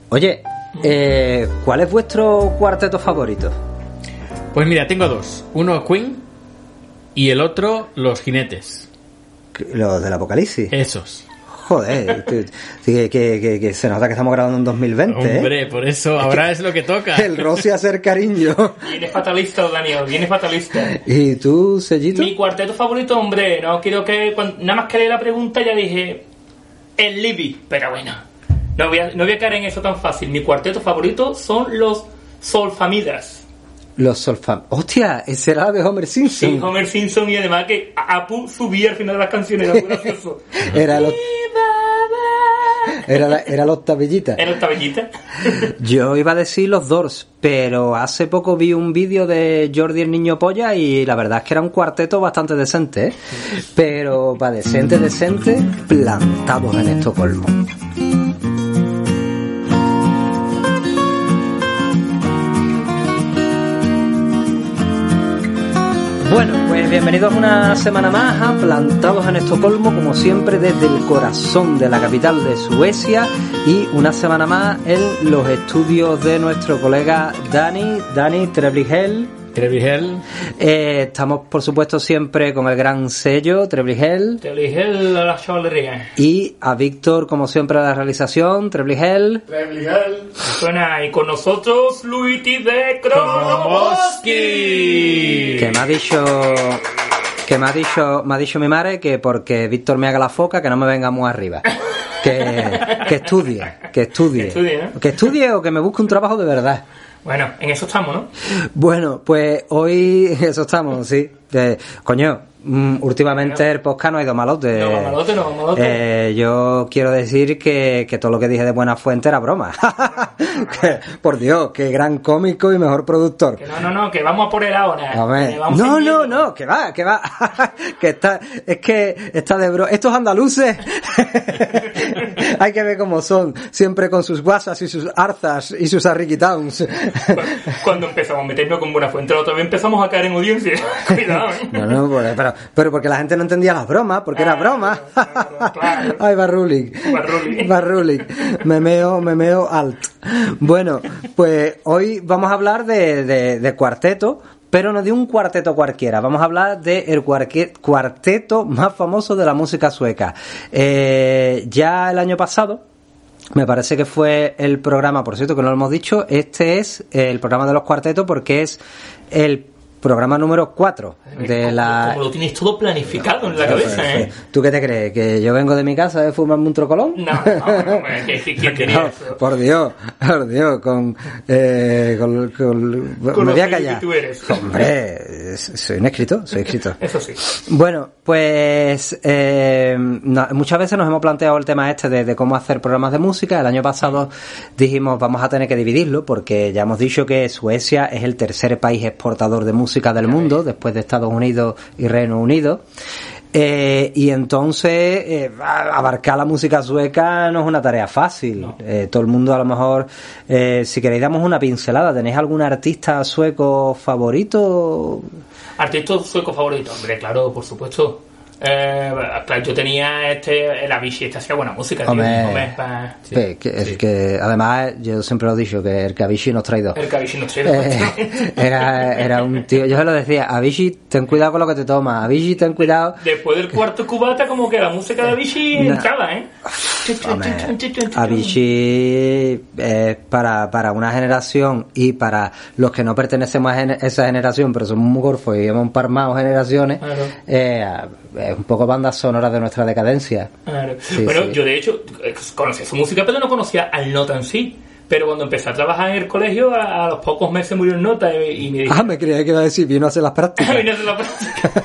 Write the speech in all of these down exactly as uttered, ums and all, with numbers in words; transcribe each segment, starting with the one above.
Oye, eh, ¿cuál es vuestro cuarteto favorito? Pues mira, tengo dos. Uno Queen y el otro Los Jinetes. ¿Los del Apocalipsis? Esos. Joder, que, que, que, que se nota que estamos grabando en dos mil veinte. Hombre, ¿eh? por eso ahora es, es lo que toca. El Rosy hacer cariño. Viene fatalista, Daniel, viene fatalista. ¿Y tú, Sellito? Mi cuarteto favorito, hombre, no quiero que... Cuando, nada más que leer la pregunta ya dije... El Libby, pero bueno. No voy, a, no voy a caer en eso tan fácil. Mi cuarteto favorito son los Solfamidas. Los Solfam... ¡Hostia! Ese era de Homer Simpson. Sí, Homer Simpson, y además que Apu subía al final de las canciones. Era muy gracioso. Era los... Era, la, era los Tabellitas. Era los Tabellitas. Yo iba a decir los Doors, pero hace poco vi un vídeo de Jordi el Niño Polla y la verdad es que era un cuarteto bastante decente, ¿eh? Pero para decente, decente, plantados en Estocolmo. Bueno, pues bienvenidos una semana más a Plantados en Estocolmo, como siempre desde el corazón de la capital de Suecia, y una semana más en los estudios de nuestro colega Dani, Dani Trebligel. Trebligel. Eh, estamos, por supuesto, siempre con el gran sello Trebligel. Trebligel a la chavalería. Y a Víctor, como siempre, a la realización, Trebligel. Trebligel. Suena, y con nosotros, Luigi de Kromoski. Que me ha dicho... Que me ha dicho, me ha dicho mi madre que porque Víctor me haga la foca, que no me venga muy arriba. Que, que estudie, que estudie. Que estudie, ¿no? Que estudie o que me busque un trabajo de verdad. Bueno, en eso estamos, ¿no? Bueno, pues hoy eso estamos, sí. Eh, coño, mm, últimamente bueno, el podcast no ha ido malote. No, malote, no, malote. Eh, yo quiero decir que, que todo lo que dije de Buena Fuente era broma. que, por Dios, qué gran cómico y mejor productor. Que no, no, no, que vamos a por él ahora. Que vamos no, no, no, que va, que va. que está, es que está de bro. Estos andaluces, hay que ver cómo son, siempre con sus guasas y sus arzas y sus arriquitowns. Cuando empezamos a meternos con Buena Fuente, otra vez empezamos a caer en audiencia. Cuidado, ¿eh? No, no, pero, pero porque la gente no entendía las bromas, porque ah, era broma. Claro, claro. Ay, Barrulik. Barrulik. Barrulik. Memeo, memeo alt. Bueno, pues hoy vamos a hablar de, de, de cuarteto, pero no de un cuarteto cualquiera. Vamos a hablar del cuarteto más famoso de la música sueca. Eh, ya el año pasado, me parece que fue el programa, por cierto, que no lo hemos dicho, este es el programa de los cuartetos porque es el programa número cuatro de la... Como lo tienes todo planificado en la cabeza, ¿eh? ¿Tú qué te crees? ¿Que yo vengo de mi casa de fumarme un trocolón? No, no, no, ¿quién quería eso? Por Dios, por Dios, con... Eh, con, con, con me voy a callar. Que tú eres. Hombre, soy un escritor, soy escritor. Eso sí. Bueno, pues eh, no, muchas veces nos hemos planteado el tema este de, de cómo hacer programas de música. El año pasado dijimos vamos a tener que dividirlo porque ya hemos dicho que Suecia es el tercer país exportador de música música del mundo, después de Estados Unidos y Reino Unido. Eh, y entonces eh, abarcar la música sueca no es una tarea fácil. No. Eh, todo el mundo a lo mejor, eh, si queréis damos una pincelada. ¿Tenéis algún artista sueco favorito? ¿Artista sueco favorito? Hombre, claro, por supuesto. Eh, claro, yo tenía este el Avicii, este hacía buena música, tío. Hombre, Hombre, pa, sí, que, que, sí. que además yo siempre lo he dicho que el que Avicii nos traidor. El que Avicii nos traidor. Eh, era, era un tío, yo se lo decía, Avicii, ten cuidado con lo que te tomas, Avicii, ten cuidado. Después del cuarto cubata, como que la música de Avicii no. entraba, ¿eh? Hombre, Avicii es para, para una generación y para los que no pertenecemos a esa generación, pero somos muy gorfos y hemos empalmado generaciones, claro. eh, es un poco banda sonora de nuestra decadencia. Claro. Sí, bueno, sí. Yo de hecho conocía su música, pero no conocía al Nota en sí. Pero cuando empecé a trabajar en el colegio, a, a los pocos meses murió el Nota y, y me dijo... Ah, me creía que iba a decir, vino a hacer las prácticas. Vino a hacer las prácticas.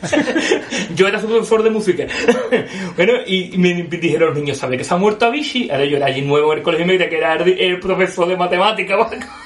Yo era su profesor de música. Bueno, y, y me dijeron los niños, ¿sabes que se ha muerto Avicii? Ahora yo era allí nuevo en el colegio y me creía que era el, el profesor de matemáticas.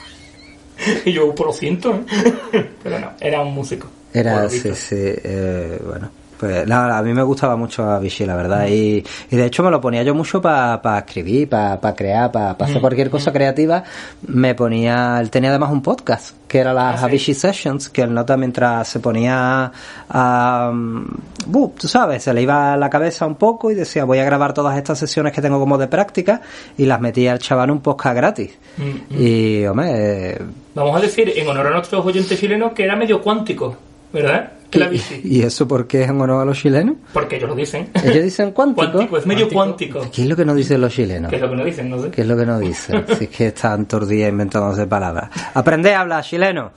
Y yo, por lo siento, ¿eh? Pero no, era un músico. Era, sí, sí, eh, bueno... Pues nada, a mí me gustaba mucho Avicii, la verdad, y, y de hecho me lo ponía yo mucho para pa escribir, para pa crear, para pa hacer cualquier cosa creativa. Me ponía, él tenía además un podcast que era las ¿Ah, sí? Avicii Sessions, que él nota mientras se ponía a, um, uh, tú sabes, se le iba la cabeza un poco y decía, voy a grabar todas estas sesiones que tengo como de práctica, y las metía al chaval en un podcast gratis. Mm, Y hombre, eh, Vamos a decir, en honor a nuestros oyentes chilenos, que era medio cuántico, ¿verdad? Que la bici. ¿y eso por qué es en honor a los chilenos? Porque ellos lo dicen. Ellos dicen cuántico. Cuántico, es medio cuántico. ¿Qué es lo que nos dicen los chilenos? Que es lo que nos dicen, no sé. ¿Qué es lo que nos dicen? Si es que están todos los días inventándose palabras. Aprende a hablar chileno.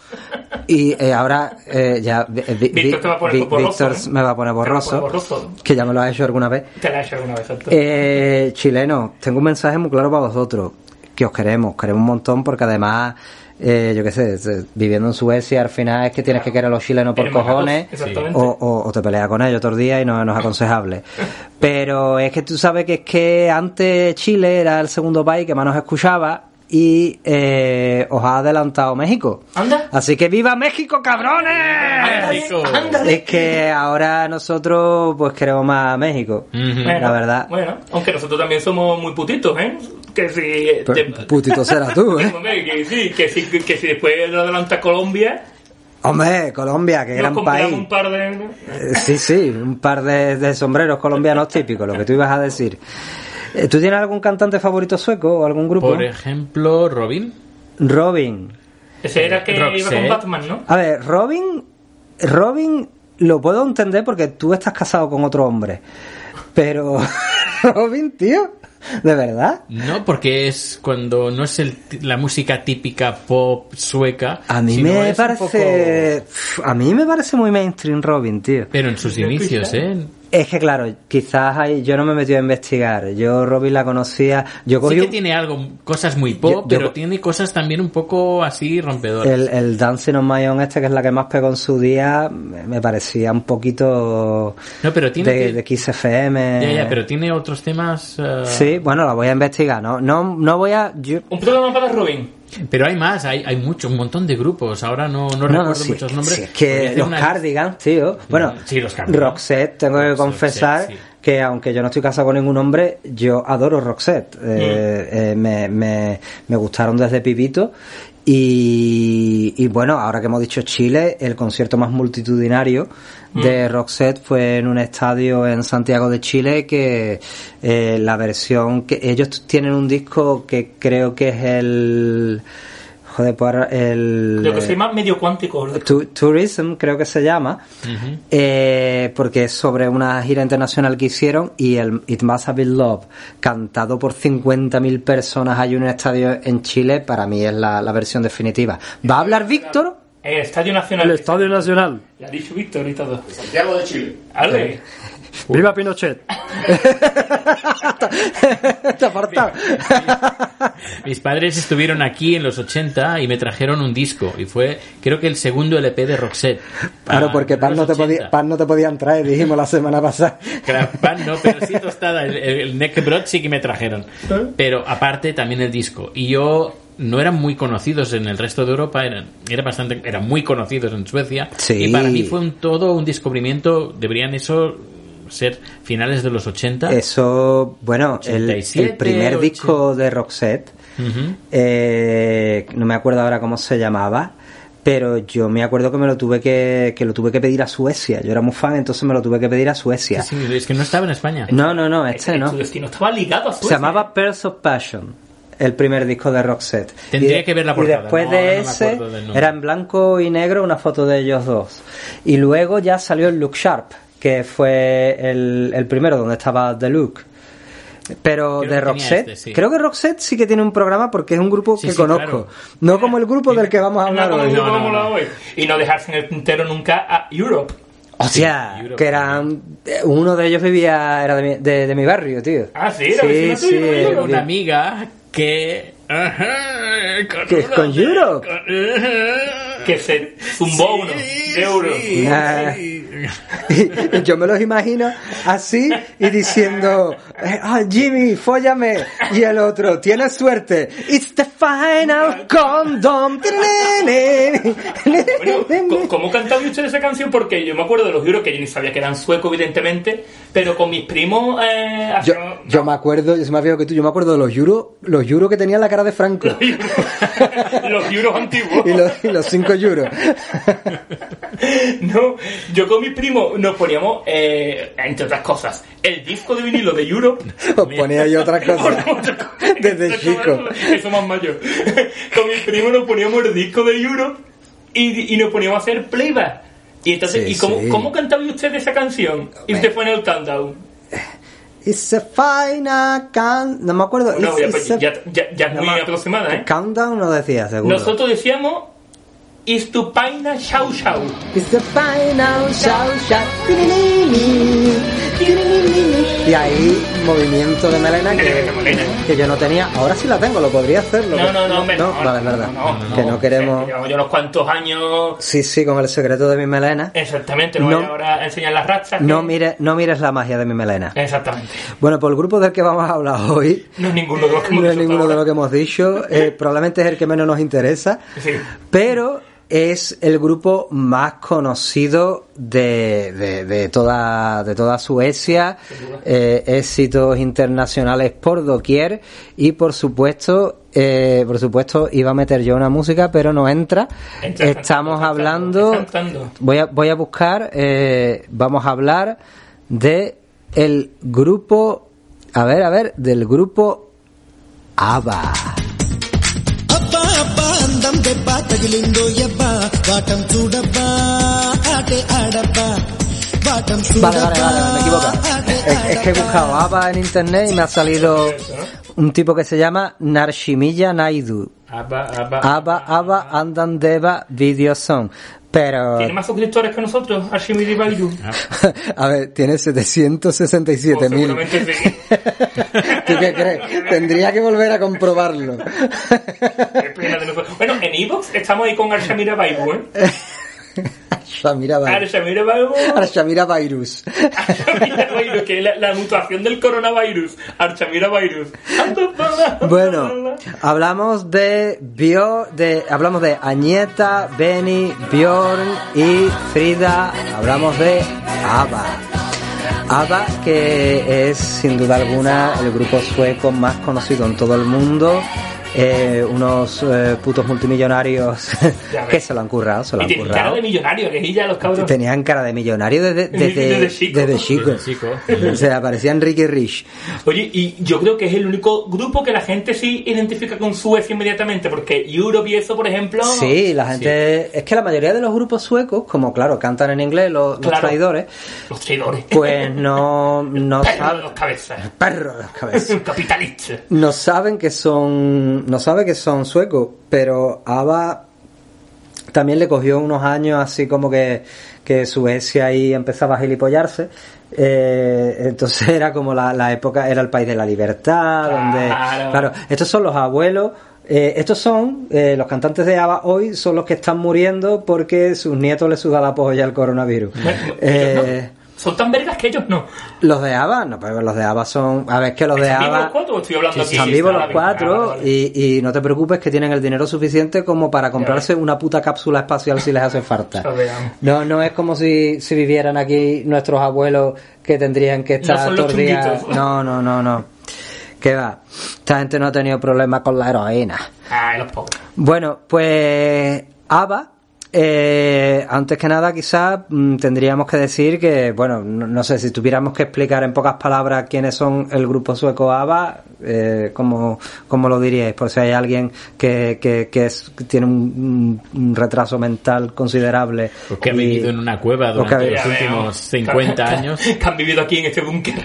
Y eh, ahora eh, ya vi, vi, Víctor te va a poner vi- borroso, Víctor ¿eh? me va a poner Te va a borroso, poner borroso. que ya me lo has hecho alguna vez. Te la he hecho alguna vez, exacto. Eh, chileno, tengo un mensaje muy claro para vosotros, que os queremos, queremos un montón, porque además, eh, yo qué sé, se- viviendo en Suecia al final es que tienes que querer a los chilenos por Eres más cojones, gatos, exactamente. o, o, o te peleas con ellos todos los días y no, no es aconsejable. Pero es que tú sabes que es que antes Chile era el segundo país que más nos escuchaba, y eh, os ha adelantado México. Anda. Así que ¡viva México, cabrones! México. Es que ahora nosotros pues queremos más a México. Ujú. Bueno, La verdad. Bueno, aunque nosotros también somos muy putitos, ¿eh? Que si... Pero, de- putito serás tú, ¿eh? Hombre, que sí, que si, que si después lo adelanta Colombia, Hombre, Colombia, qué nos gran compramos país. un par de... Eh, Sí, sí, un par de, de sombreros colombianos típicos, lo que tú ibas a decir. Eh, ¿Tú tienes algún cantante favorito sueco o algún grupo? Por ejemplo, Robin. Robin. Ese era el que Roxette. iba con Batman, ¿no? A ver, Robin, Robin lo puedo entender porque tú estás casado con otro hombre. Pero, Robin, tío, ¿de verdad? No, porque es cuando no es el, la música típica pop sueca. A mí sino me es un parece... poco- A mí me parece muy mainstream Robin, tío. Pero en sus inicios, ¿eh? Es que claro, quizás ahí yo no me he metido a investigar. Yo Robin la conocía. Yo cogí Sí que un- tiene algo, cosas muy pop, Yo- yo- pero tiene cosas también un poco así rompedoras. el, el Dancing on My Own este, que es la que más pegó en su día, me me parecía un poquito No, pero tiene de, que- de Kiss F M. Ya, ya, pero tiene otros temas. eh, Sí, bueno, la voy a investigar. No, no, no voy a... yo- Un programa para Robin. Pero hay más, hay, hay mucho, un montón de grupos. Ahora no, no, No, recuerdo no, sí, muchos nombres. sí, es Podría que hacer los una- Cardigans, tío. Bueno, Sí, los Cardigans. Roxette, tengo que Roxette, confesar sí. que aunque yo no estoy casado con ningún hombre, yo adoro Roxette. Eh, eh, me, me, me gustaron desde pibito. Y, y bueno, ahora que hemos dicho Chile, el concierto más multitudinario de Roxette fue en un estadio en Santiago de Chile, que eh, la versión que ellos tienen un disco que creo que es el... Joder, pues ahora el... Lo que se llama medio cuántico. Tu- Tourism, creo que se llama, Ujú. eh, porque es sobre una gira internacional que hicieron, y el It Must Have Been Love, cantado por cincuenta mil personas hay en un estadio en Chile, para mí es la, la versión definitiva. ¿Va a hablar Víctor? El Estadio Nacional. Estadio Nacional. Ya ha dicho Víctor y todo. Santiago de Chile. Ale. ¡Viva Pinochet! Te apartado. Mis padres estuvieron aquí en los ochenta y me trajeron un disco. Y fue, creo que el segundo L P de Roxette. Claro, Ah, porque de pan los no, te ochenta. podía, pan no te podían traer, dijimos la semana pasada. Claro, pan no, pero sí tostada. El, el, el Neckbrot sí que me trajeron. Pero aparte también el disco. Y yo no eran muy conocidos en el resto de Europa, eran, era bastante, eran muy conocidos en Suecia. Sí. Y para mí fue un, todo un descubrimiento. Deberían eso ser finales de los ochenta. Eso, bueno, el, ochenta y siete, el primer ocho. disco de Roxette, Ujú. eh, no me acuerdo ahora cómo se llamaba, pero yo me acuerdo que me lo tuve que, que lo tuve que pedir a Suecia. Yo era muy fan, entonces me lo tuve que pedir a Suecia. Sí, sí, es que no estaba en España. No, no, no, este no. Su destino estaba ligado a Se Suecia. llamaba Pearls of Passion, el primer disco de Roxette. Tendría Y de- que ver la Y portada, después no, de ahora no me ese, acuerdo del nombre. era en blanco y negro una foto de ellos dos. Y luego ya salió el Look Sharp, que fue el, el primero donde estaba The Look. Pero Creo de que tenía Roxette, este, sí. creo que Roxette sí que tiene un programa, porque es un grupo Sí, que sí, conozco. claro. No como el grupo del que vamos a No, hablar como hoy. el grupo No, no, como la no. hoy. Y no dejarse en el puntero nunca a Europe. O sea, Europe, que eran... Uno de ellos vivía, era de mi, de, de mi barrio, tío. Ah, sí, era vecino tuyo, ¿no? Tengo Europe. una amiga que... Ajá, con ¿Que es una con de- Europe? con- ajá. Que se zumbó uno de euro. Sí, Nah. sí. Y yo me los imagino así y diciendo, ah, Jimmy, fóllame. Y el otro, tienes suerte. It's the final condom. Bueno, ¿cómo cantaban ustedes esa canción? Porque yo me acuerdo de los Euros, que yo ni sabía que eran suecos, evidentemente, pero con mis primos... Eh, yo, yo me acuerdo, yo soy más viejo que tú, yo me acuerdo de los Euros, los Euros que tenían la cara de Franco. Los Euros antiguos. Y los, y los cinco Euros. No, yo con mis primos nos poníamos, eh, entre otras cosas, el disco de vinilo de Europe. Os ponía yo otras cosas. Desde chico. Eso más mayor. Con mis primos nos poníamos el disco de Europe y, y nos poníamos a hacer playback. Y entonces, Sí, ¿y cómo, sí. cómo cantaba usted esa canción? Y usted fue en el countdown. It's a final count... No me acuerdo. No, ya, It's- pues, it's a- ya, ya, ya es no muy me- aproximada, ¿eh? Countdown no decía, seguro. Nosotros decíamos Istupaina Shau Shau. It's the final shout, shout. Y ahí, movimiento de melena que, De melena. que yo no tenía. Ahora sí la tengo, lo podría hacerlo. No, no, no, hombre, no, vale, es verdad. Que no queremos... Llevamos ya unos cuantos años. Sí, sí, con el secreto de mi melena. Exactamente, no, No. voy ahora a enseñar las rachas. No que- mires, no mires la magia de mi melena. Exactamente. Bueno, pues el grupo del que vamos a hablar hoy No es ninguno de los que hemos no es dicho ninguno de hasta los que hemos dicho. Eh, probablemente es el que menos nos interesa. Sí. Pero es el grupo más conocido de, de, de toda de toda Suecia, eh, éxitos internacionales por doquier y por supuesto eh, por supuesto iba a meter yo una música pero no entra. Entra, Estamos cantando, hablando cantando. voy a voy a buscar eh, vamos a hablar de el grupo a ver a ver del grupo ABBA. అబ్బా అబ్బా అందం దెబ్బ తగిలిందో యబ్బా వాటం చూడబ్బా ఆటే ఆడబ్బా వాటం Vale, vale, చూడబ్బా vale, me equivoco. Es, es que he buscado ABBA en internet y me ha salido un tipo que se llama Narshimilla Naidu. Abba, Abba, ABBA, ABBA, Andan Deva Video Song. Pero, ¿Tiene más suscriptores que nosotros? Arshimiri Baidu. a ver, tiene setecientos sesenta y siete mil. Pues seguramente sí. ¿Tú qué crees? Tendría que volver a comprobarlo. Qué pena de nosotros. Bueno, en iVoox estamos ahí con Arshamira Baidu, ¿eh? Shamira Virus. Arshamira Baidu. Arshamira Virus. Arshamira Baidu, que es la, la mutación del coronavirus. Arshamira Virus. Bueno, hablamos de Bio, de hablamos de Agneta, Benny, Bjorn y Frida. Hablamos de ABBA. ABBA, que es sin duda alguna el grupo sueco más conocido en todo el mundo. Eh, unos eh, putos multimillonarios Ya que ves. se lo han currado, se lo Y han tienen cara currado. de millonario, que ya los cabros. Tenían cara de millonario desde, desde, Desde chico. desde chico. Desde chico. O sea, parecían Ricky Rich. Oye, y yo creo que es el único grupo que la gente sí identifica con Suecia inmediatamente, porque Europe y eso, por ejemplo... Sí, la gente... Es que la mayoría de los grupos suecos, como claro, cantan en inglés los, los Claro. traidores, Los traidores. pues no, no Perro de saben... los cabezas. Perro de las cabezas. Capitalistas. No saben que son... No saben que son suecos, pero ABBA también le cogió unos años así como que, que Suecia ahí empezaba a gilipollarse. Eh, entonces era como la, la época, era el país de la libertad, Claro. donde... Claro, estos son los abuelos... Eh, estos son, eh, los cantantes de ABBA hoy son los que están muriendo porque sus nietos les suda la polla al coronavirus. Eh, Son tan vergas que ellos no. los de ABBA, no, pero los de ABBA son... A ver, es que los de ¿Están vivos ABBA... los cuatro o estoy hablando Sí, aquí? están Sí, vivos está los bien. cuatro Ah, vale, vale. y, y no te preocupes que tienen el dinero suficiente como para comprarse una puta cápsula espacial si les hace falta. Lo veamos. No, no es como si, si vivieran aquí nuestros abuelos que tendrían que estar son los todos los días... chunguitos. No, no, no, no. ¿Qué va? Esta gente no ha tenido problemas con la heroína. Ay, los pobres. Bueno, pues ABBA, eh, antes que nada quizás mm, tendríamos que decir que, bueno, no, no sé, si tuviéramos que explicar en pocas palabras quiénes son el grupo sueco ABBA, eh, ¿cómo, cómo lo diríais? Por si hay alguien que, que, que, es, que tiene un, un retraso mental considerable. Pues que ha y- vivido en una cueva o que ha durante vivido- los Ya últimos veo. cincuenta Que- años. Que han vivido aquí en este búnker.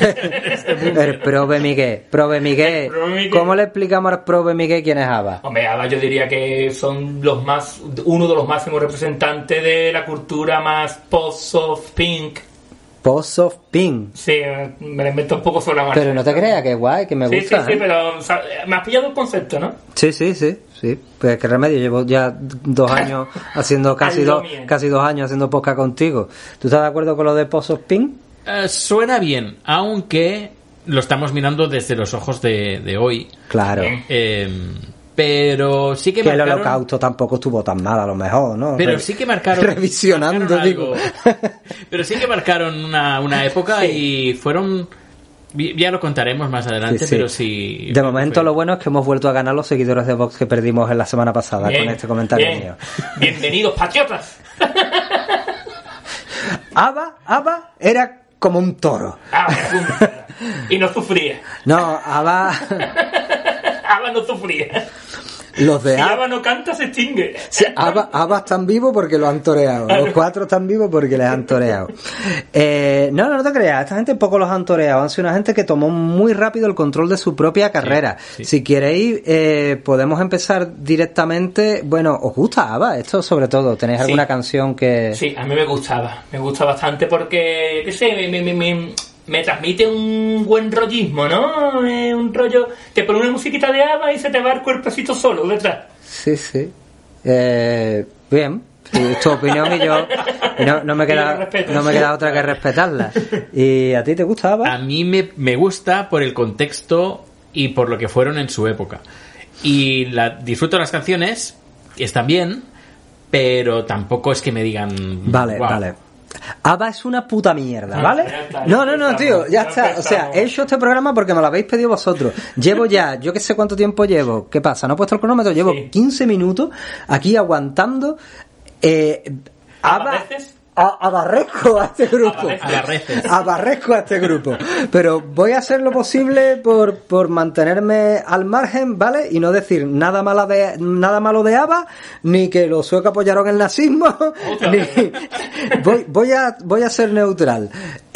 El Prove Miguel, Prove Miguel. El Prove Miguel. ¿Cómo le explicamos al Prove Miguel quién es ABBA? Hombre, ahora yo diría que son los más, uno de los máximos representantes de la cultura más post-soft pink Post of Pink. Sí, me la invento un poco sobre la marcha. Pero no te creas que es guay, que me sí, gusta. Sí, sí, ¿eh? pero o sea, me has pillado el concepto, ¿no? Sí, sí, sí, sí. Pues qué remedio, llevo ya dos años haciendo casi Ay, dos, lo mío. casi dos años haciendo podcast contigo. ¿Tú estás de acuerdo con lo de Post of Pink? Eh, suena bien, aunque lo estamos mirando desde los ojos de, de hoy. Claro. Bien. Eh, pero sí que, Que el marcaron... Holocausto tampoco estuvo tan mal, a lo mejor, ¿no? Pero Re- sí que marcaron... Revisionando, marcaron digo. algo. Pero sí que marcaron una, una época y fueron... Ya lo contaremos más adelante, Sí, sí. pero sí... De momento fue- lo bueno es que hemos vuelto a ganar los seguidores de Vox que perdimos en la semana pasada Bien, con este comentario bien. mío. Bienvenidos, patriotas. Ava, Ava era como un toro. Ah, pum. Y no sufría. No, Ava, Ava no sufría. los de Si Ava, Ava no canta, se extingue. sí, Ava, Ava están vivos porque lo han toreado. Los cuatro están vivos porque les han toreado. Eh, no, no, no te creas. Esta gente poco los han toreado. Han sido una gente que tomó muy rápido el control de su propia carrera. sí. Si queréis, eh, podemos empezar directamente. Bueno, ¿os gusta Ava? Esto sobre todo. ¿Tenéis Sí. alguna canción que...? Sí, a mí me gustaba. Me gusta bastante porque, qué sé, me, me, me, me, me transmite un buen rollismo, ¿no? Eh, un rollo... Te pone una musiquita de Ava y se te va el cuerpecito solo detrás. Sí, sí. Eh, bien. Sí, es tu opinión y yo y no, no me Y lo queda respeto. no me queda otra que respetarla. ¿Y a ti te gustaba? A mí me, me gusta por el contexto y por lo que fueron en su época. Y la, disfruto las canciones, están bien, pero tampoco es que me digan... Vale, "Guau". vale. ABBA es una puta mierda, Ah, ¿vale? ya está, No, ya no, no, empezamos, tío, ya ya está. O sea, empezamos. he hecho este programa porque me lo habéis pedido vosotros. Llevo ya, yo que sé cuánto tiempo llevo. ¿Qué pasa? ¿No he puesto el cronómetro? Llevo Sí. quince minutos aquí aguantando. Eh, ABBA. ¿Abarreces? a- Abarrezco a este grupo. Abarreces. Abarrezco a este grupo. Pero voy a hacer lo posible por, por mantenerme al margen, ¿vale? Y no decir nada malo de nada malo de ABBA, ni que los suecos apoyaron el nazismo, ni... voy, voy a voy a ser neutral.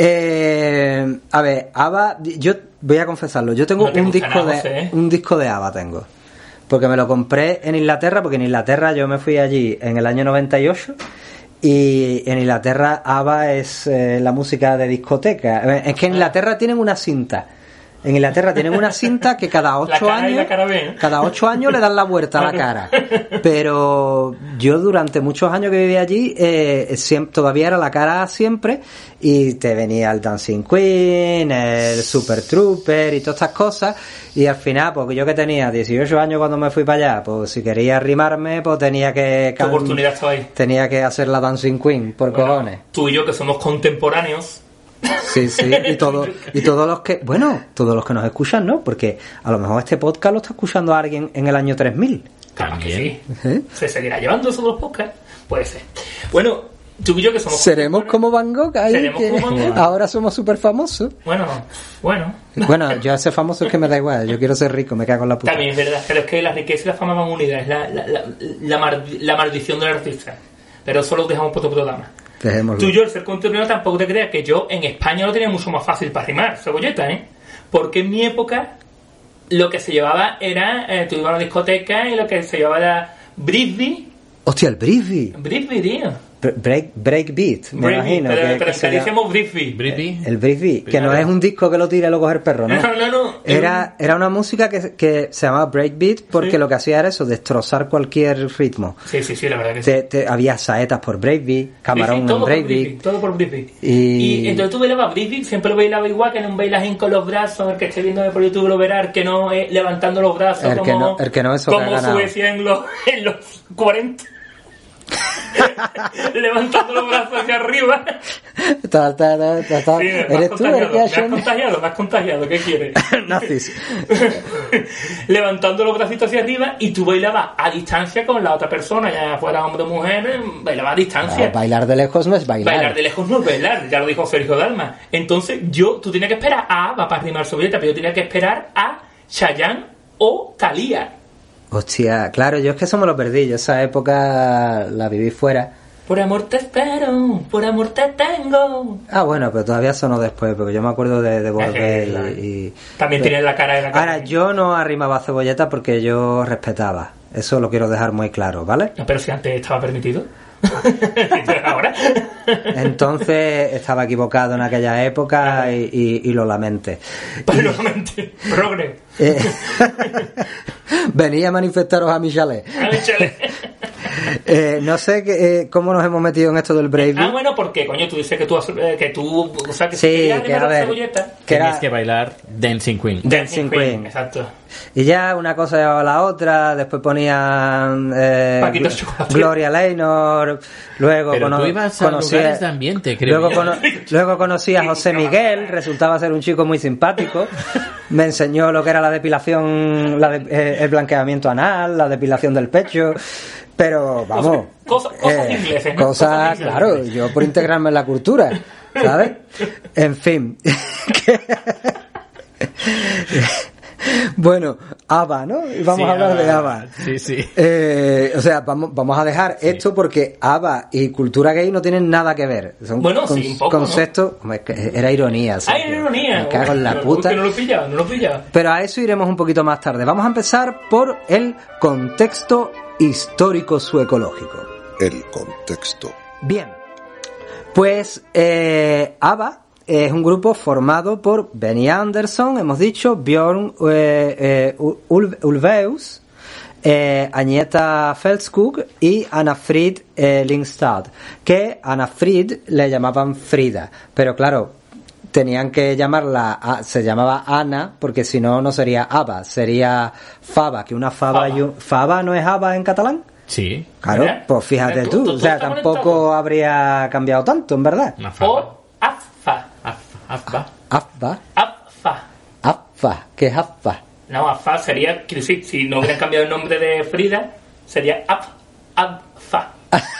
Eh, a ver, ABBA, yo voy a confesarlo, yo tengo No te un gusta disco nada, de José, ¿eh? un disco de ABBA tengo. Porque me lo compré en Inglaterra, porque en Inglaterra yo me fui allí en el año noventa y ocho. Y en Inglaterra ABBA es eh, la música de discoteca. Eh, Es que en Inglaterra tienen una cinta. En Inglaterra tienen una cinta que cada ocho cara y años la cara B, ¿no? cada ocho años le dan la vuelta a la cara. Pero yo durante muchos años que viví allí eh, siempre, todavía era la cara siempre y te venía el Dancing Queen, el Super Trooper y todas estas cosas y al final, porque yo que tenía dieciocho años cuando me fui para allá, pues si quería arrimarme pues tenía que ¿Qué oportunidad estaba ahí? tenía que hacer la Dancing Queen por Bueno, cojones. tú y yo, que somos contemporáneos, Sí, sí, y todo, y todos los que, bueno, todos los que nos escuchan, ¿no? Porque a lo mejor este podcast lo está escuchando alguien en el año tres mil. claro que También. sí. ¿Eh? ¿Se seguirá llevando eso de los podcasts? Puede ser. Bueno, tú y yo, que somos Seremos como contemporáneos- Van Gogh ahí, Seremos que como Van Gogh. ahora somos súper famosos. Bueno, bueno. Bueno, yo a ser famoso es que me da igual, yo quiero ser rico, me cago en la puta. También es verdad, pero es que la riqueza y la fama van unidas, es la, la, la, la, mar- la maldición del artista. Pero eso lo dejamos por otro programa. Dejémoslo. Tú y yo, el ser contemporáneo, tampoco te creas que yo en España lo tenía mucho más fácil para rimar, cebolleta, ¿eh? Porque en mi época lo que se llevaba era, eh, tú ibas a una discoteca y lo que se llevaba era Brisbane, Hostia, el Brisbane. Brisbane, tío. Bre- Break, breakbeat, me Brisbane, imagino. pero, que- pero que es que se llama- decimos Brisbane. Britney. El Brisbane, que no Claro. es un disco que lo tira y lo coge el perro, ¿no? No, no, no. Era, era una música que, que se llamaba breakbeat porque Sí. lo que hacía era eso, destrozar cualquier ritmo. Sí, sí, sí, la verdad que sí. Te- te- había saetas por breakbeat, camarón Sí, sí, en todo por breakbeat. Brisbane, todo por Brisbane. Y- Y... entonces tú bailabas Brisbane, siempre lo bailaba igual, que no un bailajín con los brazos, el que esté viendo por YouTube lo verá, el que no eh, levantando los brazos, El que como, no- el que no, eso que ha como ganado. Suecia en los, en los cuarenta. Levantando los brazos hacia arriba. Ta, ta, ta, ta, ta. Sí, me has ¿Eres tú el contagiado, que me ha has hecho contagiado, me has contagiado, ¿qué quieres? nazis? Levantando los bracitos hacia arriba y tú bailabas a distancia con la otra persona, ya fuera hombre o mujer, bailabas a distancia. No, bailar de lejos no es bailar. Bailar de lejos no es bailar, ya lo dijo Sergio Dalma. Entonces yo, tú tenías que esperar a ABBA para rimar sobre ella, pero yo tenía que esperar a Chayanne o Thalía. Hostia, claro, yo es que eso me lo perdí. Yo esa época la viví fuera. Por amor te espero, por amor te tengo. Ah, bueno, pero todavía sonó después, porque yo me acuerdo de, de volver Claro. y, y- También tienes la cara de la cara. Ahora, yo no arrimaba cebolleta porque yo respetaba. Eso lo quiero dejar muy claro, ¿vale? No, pero si antes estaba permitido. Ahora. Entonces estaba equivocado en aquella época y, y, y lo lamente. Pero lo lamente. Progre. Eh, venía a manifestaros a mi chalet. A mi chalet. Eh, no sé que, eh, cómo nos hemos metido en esto del break. Ah, bueno, porque coño, tú dices que tú, eh, que tú, o sea, que sí, querías que a ver, que Tenías era que bailar Dancing Queen. Dancing Queen. Exacto. Y ya una cosa llevaba a la otra, después ponían eh, Paquito Gl- Chocolate. Gloria Leynor, luego Pero cono- tú ibas a conocí lugares de ambiente, creo. luego, cono- luego conocí a José Miguel, resultaba ser un chico muy simpático, me enseñó lo que era la depilación, la de- eh, el blanqueamiento anal, la depilación del pecho. Pero vamos, Cosas- cosas eh, inglesas, ¿no? cosas, Cosas inglesas. claro, yo por integrarme en la cultura, ¿sabes? En fin. Bueno, ABBA, ¿no? Y vamos Sí, a hablar ABBA. de ABBA. Sí, sí. Eh, o sea, vamos, vamos a dejar Sí. esto porque ABBA y cultura gay no tienen nada que ver. Son Bueno, sí, un poco, ¿no? conceptos. Hombre, que era ironía. Ah, Sergio. era ironía. Me cago en la Pero, puta. porque no lo pillaba, no lo pillaba. Pero a eso iremos un poquito más tarde. Vamos a empezar por el contexto histórico suecológico. El contexto. Bien, pues eh, ABBA es un grupo formado por Benny Andersson, hemos dicho, Björn eh, eh, Ul- Ulvaeus, eh, Agneta Fältskog y Anna Frid eh, Lindstad, que Anna Frid le llamaban Frida, pero claro, tenían que llamarla, a- se llamaba Ana, porque si no, no sería ABBA, sería Faba, que una Faba, Faba. y un- ¿Faba no es ABBA en catalán? Sí. Claro, Mira, pues fíjate mira, tú, tú- o tú sea, estás tampoco conectado. habría cambiado tanto, en verdad. Una fava. O AFA. Af- afba. AFBA, AFA. AFBA, ¿qué es AFBA? No, AFA sería, quiero decir, si no hubieran cambiado el nombre de Frida, sería AF, AFA.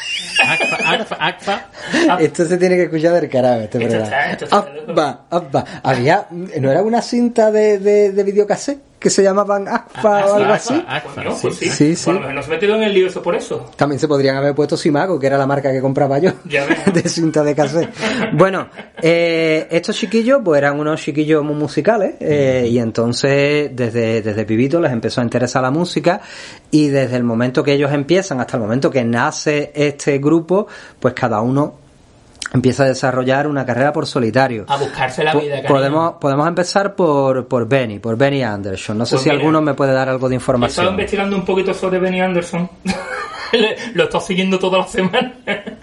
Akfa, akfa, akfa. Esto se tiene que escuchar del carajo, este Esto programa. está, esto está AFBA, AFBA. Había, ¿no era una cinta de, de, de videocassette que se llamaban AFBA o algo así? Akfa, Coño, pues sí. Sí, sí. Bueno, nos he metido en el lío eso por eso. También se podrían haber puesto Simago, que era la marca que compraba yo, Ya ves. de cinta de cassette. Bueno, eh, estos chiquillos pues eran unos chiquillos muy musicales eh, y entonces desde, desde pibitos les empezó a interesar la música y desde el momento que ellos empiezan hasta el momento que nace este grupo, pues cada uno empieza a desarrollar una carrera por solitario. A buscarse la Po- vida, cariño. podemos podemos empezar por por Benny, por Benny Anderson. No sé Pues si mira, alguno me puede dar algo de He estado información. investigando un poquito sobre Benny Anderson. Le- Lo he estado siguiendo toda la semana.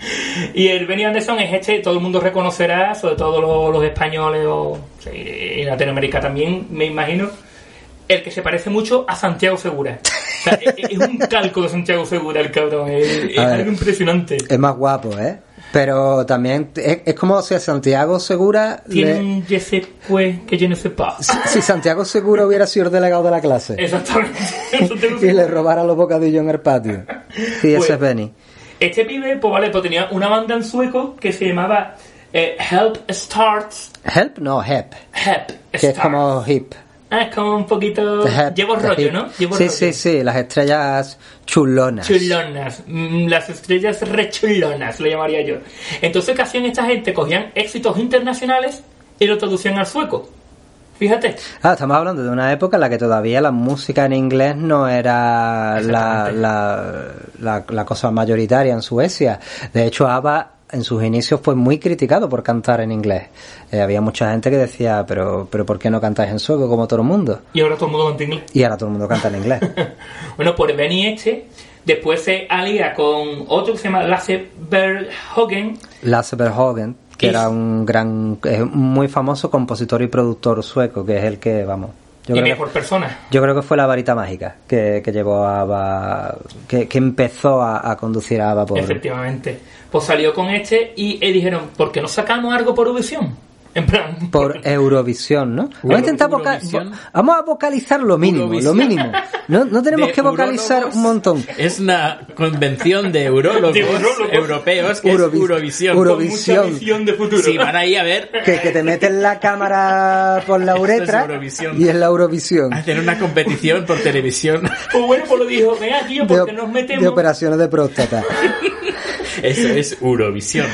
Y el Benny Anderson es este, todo el mundo reconocerá, sobre todo los, los españoles o sí, en Latinoamérica también, me imagino, el que se parece mucho a Santiago Segura. O sea, es, es un calco de Santiago Segura el cabrón. Es, es A ver. algo impresionante. Es más guapo, ¿eh? Pero también es, es como si a Santiago Segura Tiene le- un je sais pues que je ne sais pas. si Santiago Segura hubiera sido el delegado de la clase Exactamente. Santiago y le Segura. robara los bocadillos en el patio. Sí, ese Pues, es Benny. Este pibe, pues vale, pues tenía una banda en sueco que se llamaba eh, Help Starts. Help, no, Hep, Help que es Starts. como hip. Ah, es como un poquito... The Hep, Llevo the rollo, hip. ¿no? Llevo sí, rollo. sí, sí, las estrellas chulonas. Chulonas. Mm, Las estrellas re chulonas, lo llamaría yo. Entonces, ¿qué hacían esta gente? Cogían éxitos internacionales y lo traducían al sueco. Fíjate. Ah, estamos hablando de una época en la que todavía la música en inglés no era la, Exactamente. la, la, la cosa mayoritaria en Suecia. De hecho, ABBA en sus inicios fue muy criticado por cantar en inglés. Eh, había mucha gente que decía, pero, pero ¿por qué no cantáis en sueco como todo el mundo? Y ahora todo el mundo canta inglés. Y ahora todo el mundo canta en inglés. Bueno, pues Benny este, después se alía con otro que se llama Lasse Berghagen. Lasse Berghagen, que Y- era un gran, es un muy famoso compositor y productor sueco, que es el que, vamos... Yo y creo que- mejor persona. Yo creo que fue la varita mágica que, que llevó a ABBA, que, que empezó a, a conducir a ABBA por... Efectivamente. Pues salió con este y eh, dijeron, ¿por qué no sacamos algo por Eurovisión? En plan... por Eurovisión, ¿no? Vamos a intentar voca- Eurovisión. vo- vamos a vocalizar lo mínimo, Eurovisión. lo mínimo. No, no tenemos De que vocalizar urólogos. un montón. Es una convención de urólogos, De urólogos. europeos que Eurovis- es Eurovisión. Euro- Con mucha Eurovisión. visión de futuro. Sí, van ahí a ver, Que, que te meten la cámara por la Esto es uretra Eurovisión. y es la Eurovisión. hacen una competición por televisión. Pues bueno, pues lo dijo, venga tío, De, porque nos metemos... de operaciones de próstata. Eso es Eurovisión.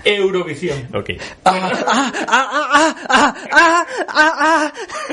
Eurovisión. Ok. Ah, ah, ah, ah, ah, ah, ah,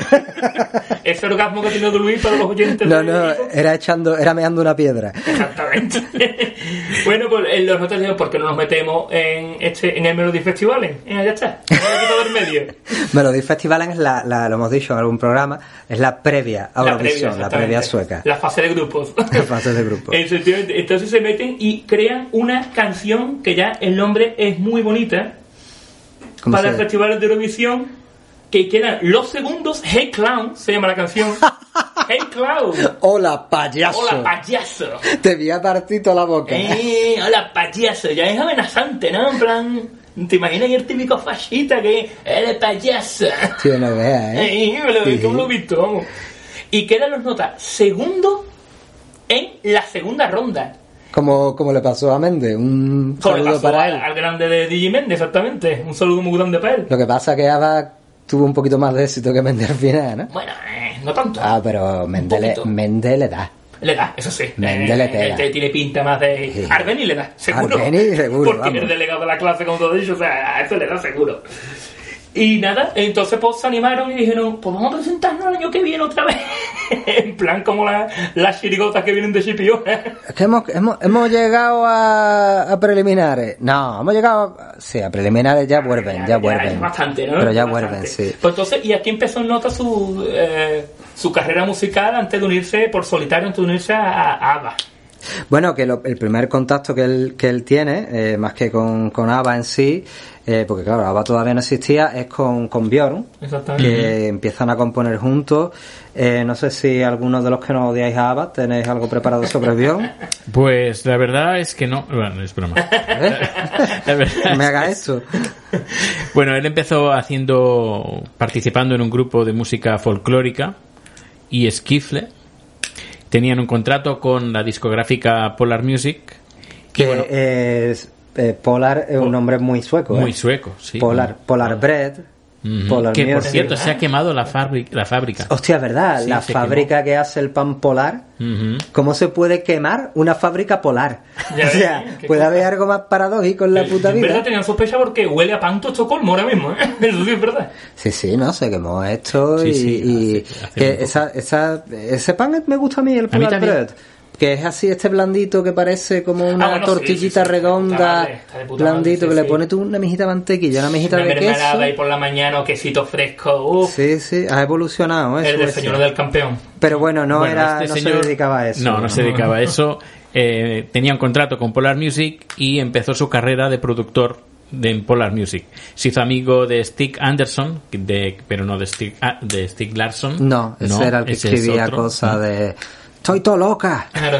ah. Ese orgasmo que tiene Luis para los oyentes. No, de no, México. era echando, era meando una piedra. Exactamente. Bueno, pues en los notas digo, ¿por qué no nos metemos en este en el Melody Festival? Eh, ya está. No me quito del medio. Melody Festival es la, la, lo hemos dicho en algún programa, es la previa a La Eurovisión, la previa, exactamente. sueca. La fase de grupos. La fase de grupo. Efectivamente. Entonces se meten y crean una canción que ya el nombre es muy bonita ¿Cómo para se- el Festival de Eurovisión, que quedan los segundos. Hey Clown se llama la canción. Hey Clown. Hola, payaso. Hola payaso. Te vi a partir toda la boca. Eh, hola payaso. Ya es amenazante, ¿no? En plan, ¿te imaginas el típico fascista que eres payaso? Tío, no veas, ¿eh? Eh, me lo, Sí. ¿cómo lo he visto? Vamos. Y quedan los notas segundo en la segunda ronda. Como, como le pasó a Méndez, un Como le saludo pasó para al, él. al grande de Digiméndez, exactamente. Un saludo muy grande para él. Lo que pasa que Ava tuvo un poquito más de éxito que Méndez al final, ¿no? Bueno, eh, no tanto. Ah, pero Méndez le, poquito. Méndez le da. Le da, eso sí. Méndez le pega. Este tiene pinta más de... Sí. Arbeni le da, seguro. Arbeni, seguro, Porque vamos. es el delegado de la clase, como todo dicho, o sea, a eso le da seguro. Y nada, entonces pues se animaron y dijeron, pues vamos a presentarnos el año que viene otra vez. En plan como la- las chirigotas que vienen de Shipiona. Es que hemos, hemos, hemos llegado a, a preliminares. No, hemos llegado... A, sí, a preliminares ya vuelven, ya, vuelven. es bastante, ¿no? Pero ya Bastante. vuelven, sí. Pues entonces, y aquí empezó en nota su, eh, su carrera musical antes de unirse por solitario, antes de unirse a, a ABBA. Bueno, que lo- el primer contacto que él, que él tiene, eh, más que con, con ABBA en sí, eh, porque claro, ABBA todavía no existía, es con, con Björn, Exactamente. que empiezan a componer juntos. Eh, no sé si algunos de los que no odiáis a ABBA tenéis algo preparado sobre Björn. Pues la verdad es que no. Bueno, es broma. La verdad No me es haga que- eso. Bueno, él empezó haciendo, participando en un grupo de música folclórica y esquifle. Tenían un contrato con la discográfica Polar Music. Que Y bueno, es, eh, Polar es un nombre muy sueco. muy ¿eh? sueco, sí. Polar, Polar Bread, Ujú. Polar Que por Music. cierto se ha quemado la fábrica. La fábrica. Hostia, es verdad, Sí, la se fábrica que hace el pan polar. Ujú. ¿Cómo se puede quemar una fábrica polar? Ya o sea, ves, qué puede cosa. haber algo más paradójico en la puta En verdad vida. tenían sospecha porque huele a Panto Estocolmo ahora mismo, ¿eh? Eso sí es verdad. Sí, sí, no, se quemó esto Sí, y, sí, y hace- hace que un poco. esa, esa, ese pan me gusta a mí, el mí Polar también. Bread. Que es así, este blandito que parece como una Ah, bueno, sí, tortillita sí, sí, está de redonda, puta madre, está de puta blandito, madre, que sí, le sí. pones tú una mijita de mantequilla, una mijita Una de mermelada queso. ahí por la mañana o quesito fresco. Uf, Sí, sí, ha evolucionado eso. el del eso. señor del campeón. Pero bueno, no Bueno, era, este no señor- se dedicaba a eso. No, no se dedicaba a eso. Eh, tenía un contrato con Polar Music y empezó su carrera de productor de en Polar Music. Se hizo amigo de Stig Anderson, de, pero no de Stig, ah, de Stig Larsson. No, ese era el que ese es escribía otro. cosas de... Estoy todo loca. Claro.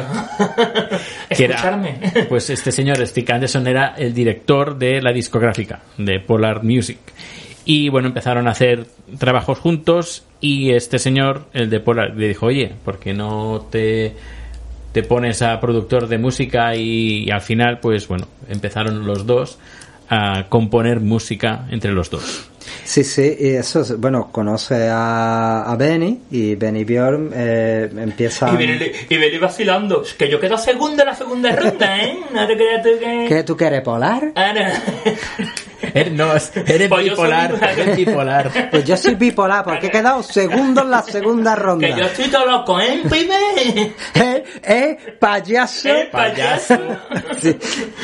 Que era- Escucharme. pues este señor Stig Anderson era el director de la discográfica de Polar Music. Y bueno, empezaron a hacer trabajos juntos y este señor, el de Polar, le dijo, oye, ¿por qué no te, te pones a productor de música? Y, y al final, pues bueno, empezaron los dos a componer música entre los dos. Sí, sí, y eso, es- bueno, conoce a, a Benny y Benny Björn eh, empieza... Y viene, y viene vacilando. Que yo quedo segundo en la segunda ronda, ¿eh? No te creas tú que... ¿Qué, tú quieres polar? Ah, no. Er- no, eres Pues yo soy bipolar, bipolar. eres bipolar. Pues yo soy bipolar porque he quedado segundo en la segunda ronda. Que yo estoy todo loco, ¿eh, pibe? ¿Eh? ¿Eh? Payaso. ¿Eh, payaso? Sí.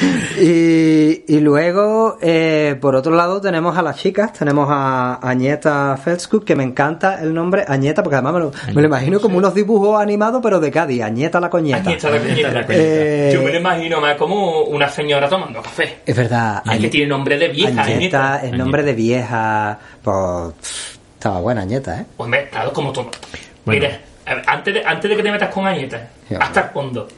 Y, y luego, eh, por otro lado, tenemos a las chicas. Tenemos a Agneta Feldskog, que me encanta el nombre Agneta, porque además me lo, me lo imagino como unos dibujos animados, pero de Cádiz. Agneta la coñeta. Aquí está la Agneta la coñeta. coñeta. Eh, Yo me lo imagino más como una señora tomando café. Es verdad. Es que Agne- tiene nombre de vieja, Agneta Agneta. es nombre de vieja. Pues, pff, estaba buena Agneta, ¿eh? Pues me claro, como tú. Bueno. Mira, a ver, antes de, antes de que te metas con Agneta, Ya, hasta el fondo.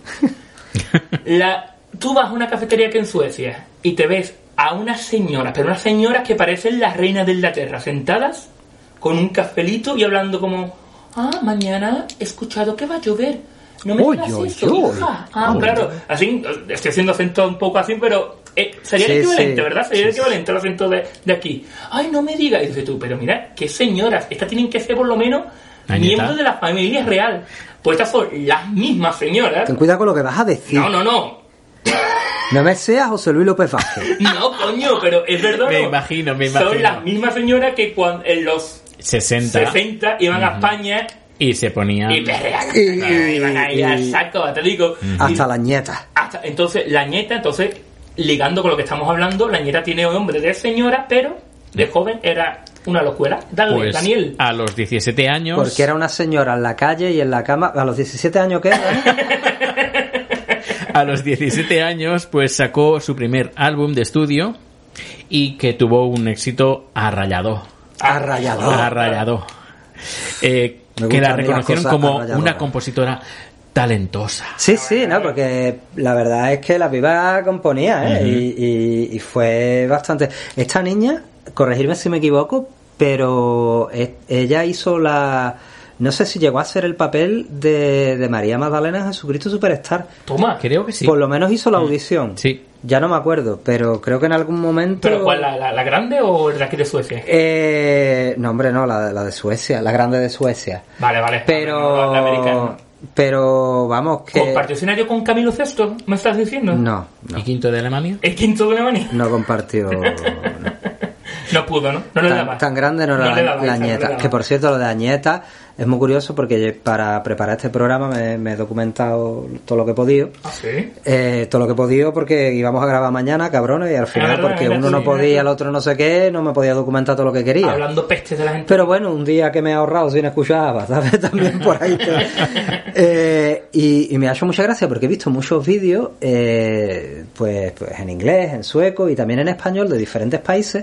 La, tú vas a una cafetería que en Suecia y te ves a unas señoras, pero unas señoras que parecen las reinas de Inglaterra, sentadas con un cafelito y hablando como, ah, mañana he escuchado que va a llover. No me Uy, digas uy, eso, uy. hija. Ah, Uy. claro. Así, estoy haciendo acento un poco así, pero eh, sería el Sí, equivalente, sí. ¿verdad? Sería el Sí, equivalente al acento de, de aquí. Ay, no me digas. Y dices tú, pero mira, qué señoras. Estas tienen que ser por lo menos Agneta. miembros de la familia real. Pues estas son las mismas señoras. Ten cuidado con lo que vas a decir. No, no, no. No me seas José Luis López Vázquez. No, coño, pero es verdad. Me ¿no? imagino, me imagino. Son las mismas señoras que cuando en los sesenta. sesenta iban uh-huh. a España y se ponían y perreaban. Y, y, iban ahí al saco, te digo. Uh-huh. Hasta la nieta. Hasta, entonces, la nieta, entonces, ligando con lo que estamos hablando, la nieta tiene nombre de señora, pero de joven era una locura. Dale, pues, Daniel. A los diecisiete años. Porque era una señora en la calle y en la cama. ¿A los diecisiete años qué? A los diecisiete años, pues sacó su primer álbum de estudio y que tuvo un éxito arrayado. Arrayado. Arrayado. Eh, que la reconocieron como una compositora talentosa. Sí, sí, no, porque la verdad es que la piba componía, ¿eh? Uh-huh. y, y, y fue bastante. Esta niña, corregirme si me equivoco, pero es, ella hizo la. No sé si llegó a ser el papel de, de María Magdalena en Jesucristo Superstar. Toma, creo que sí. Por lo menos hizo la audición. Sí. Ya no me acuerdo, pero creo que en algún momento... ¿Pero cuál? ¿La, la, la grande o la aquí de Suecia? Eh, no, hombre, no, la, la de Suecia, la grande de Suecia. Vale, vale. Pero... La americana. Pero, vamos, que... ¿Compartió escenario con Camilo Sesto? ¿Me estás diciendo? No, no. ¿Y quinto de Alemania? ¿El quinto de Alemania? No compartió... No. No pudo, ¿no? No le tan, daba. Tan grande no, no era la, la Añeta. No que por cierto, lo de Añeta es muy curioso porque para preparar este programa me, me he documentado todo lo que he podido. ¿Ah, sí? Eh, todo lo que he podido porque íbamos a grabar mañana, cabrones, y al final, verdad, porque uno sí, no podía, el otro no sé qué, no me podía documentar todo lo que quería. Hablando pestes de la gente. Pero bueno, un día que me he ahorrado sin escuchar, ¿sabes? También por ahí. Te... eh, y, y me ha hecho mucha gracia porque he visto muchos vídeos, eh, pues, pues en inglés, en sueco y también en español de diferentes países.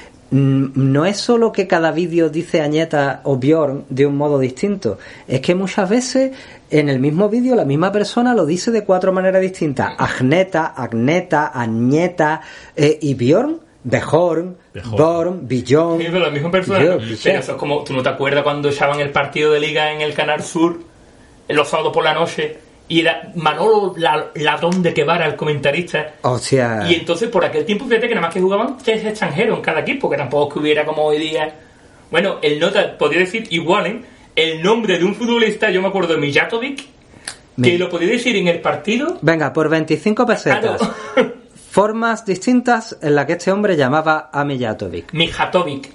No es solo que cada vídeo dice Añeta o Björn de un modo distinto, es que muchas veces en el mismo vídeo la misma persona lo dice de cuatro maneras distintas. Agneta, Agneta, Añeta eh, y Björn, Björn, Björn, Björn. Sí, pero la misma persona. Pero eso es como, ¿tú no te acuerdas cuando echaban el partido de Liga en el Canal Sur los sábados por la noche? Y era Manolo Ladrón de Quevara el comentarista. Hostia. Y entonces por aquel tiempo fíjate que nada más que jugaban tres extranjeros en cada equipo, que tampoco es que hubiera como hoy día. Bueno, el nota podría decir igual, ¿eh? El nombre de un futbolista, yo me acuerdo de Mijatovic, Mi... que lo podía decir en el partido. Venga, por veinticinco pesetas. Claro. Formas distintas en las que este hombre llamaba a Mijatovic. Mijatovic.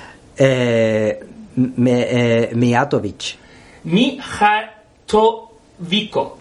Eh, me, eh, Mijatovic. Mijatovic. Vico.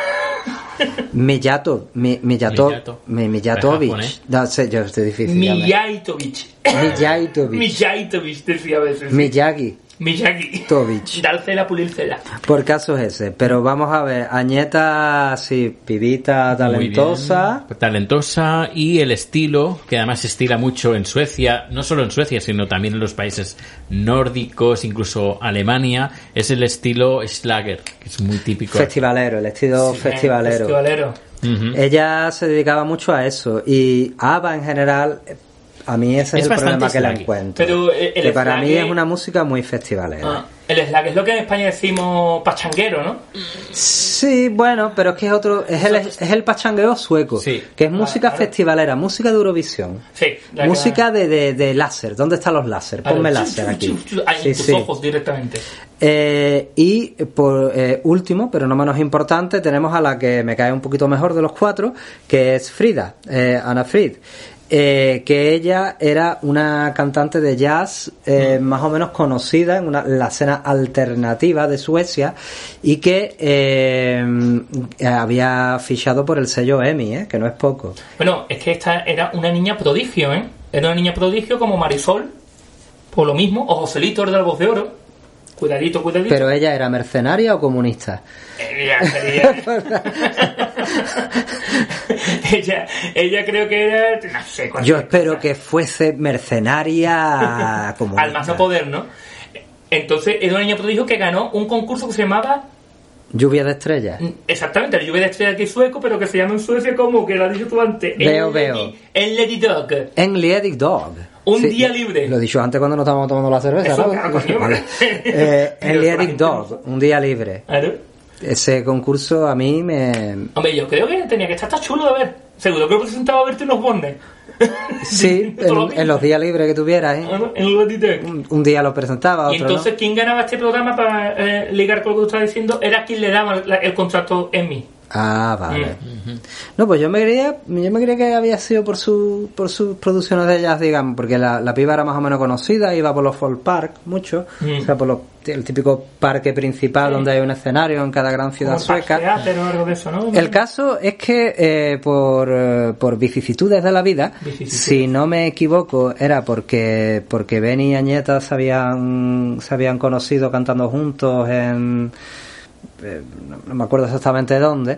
Miyato, mi, Miyato, mi, Mijatovic. No sé, yo estoy difícil. Mijatovic. Mijatovic. Mijatovic, decía a veces. Sí. Miyagi. Miyagi. Tovich. Dárcela, pulírsela. Por caso es ese. Pero vamos a ver, Añeta, sí, pibita talentosa. Talentosa y el estilo, que además se estila mucho en Suecia, no solo en Suecia, sino también en los países nórdicos, incluso Alemania, es el estilo Schlager, que es muy típico. Festivalero, el estilo sí, festivalero. Festivalero. Uh-huh. Ella se dedicaba mucho a eso. Y ABBA en general... A mí ese es, es el problema que la encuentro. Pero el que para mí es una música muy festivalera. Ah, el slag es lo que en España decimos pachanguero, ¿no? Sí, bueno, pero es que es otro, es el, es el pachangueo sueco, sí. que es música claro, festivalera, música de Eurovisión, sí, música de, de, de láser. ¿Dónde están los láser? Ponme claro, láser aquí. Hay sí, en tus sí. ojos directamente. Eh, y por eh, último, pero no menos importante, tenemos a la que me cae un poquito mejor de los cuatro, que es Frida, eh, Anna Frid. Eh, que ella era una cantante de jazz eh, más o menos conocida en una, la escena alternativa de Suecia y que eh, había fichado por el sello EMI, ¿eh? Que no es poco. Bueno, es que esta era una niña prodigio, ¿eh? Era una niña prodigio como Marisol, por lo mismo, o Joselito de la Voz de Oro. Cuidadito, cuidadito. ¿Pero ella era mercenaria o comunista? Ella sería... ella, ella creo que era... No sé cuál. Yo espero cosa. Que fuese mercenaria comunista. Al más no poder, ¿no? Entonces, era una niña prodigio que ganó un concurso que se llamaba... Lluvia de estrellas. Exactamente, la lluvia de estrellas aquí sueco, pero que se llama en Suecia como, que lo has dicho tú antes. Veo, veo. En Lady Dog. En Lady Dog. Un sí, día libre. Lo he dicho antes cuando nos estábamos tomando la cerveza, eso, ¿no? Claro, coño, vale. eh, en Lady Dog, un día libre. Claro. Ese concurso a mí me... Hombre, yo creo que tenía que estar tan chulo de ver. Seguro que lo presentaba a verte unos bornes. Sí, en, en los días libres que tuvieras, ¿eh? Bueno, en Lady Dog. Un, un día lo presentaba, otro y entonces, ¿no? ¿quién ganaba este programa para eh, ligar con lo que tú estabas diciendo? Era quien le daba la, el contrato en mí. Ah, vale. Mm. No, pues yo me creía, yo me creía que había sido por su, por sus producciones de jazz, digamos, porque la, la piba era más o menos conocida, iba por los folk park mucho, mm. o sea, por los, el típico parque principal, sí, donde hay un escenario en cada gran ciudad sueca. Teatro, algo de eso, ¿no? El caso es que eh, por, eh, por vicisitudes de la vida, si no me equivoco, era porque porque Ben y Añeta se habían, se habían conocido cantando juntos en... Eh, no, no me acuerdo exactamente dónde,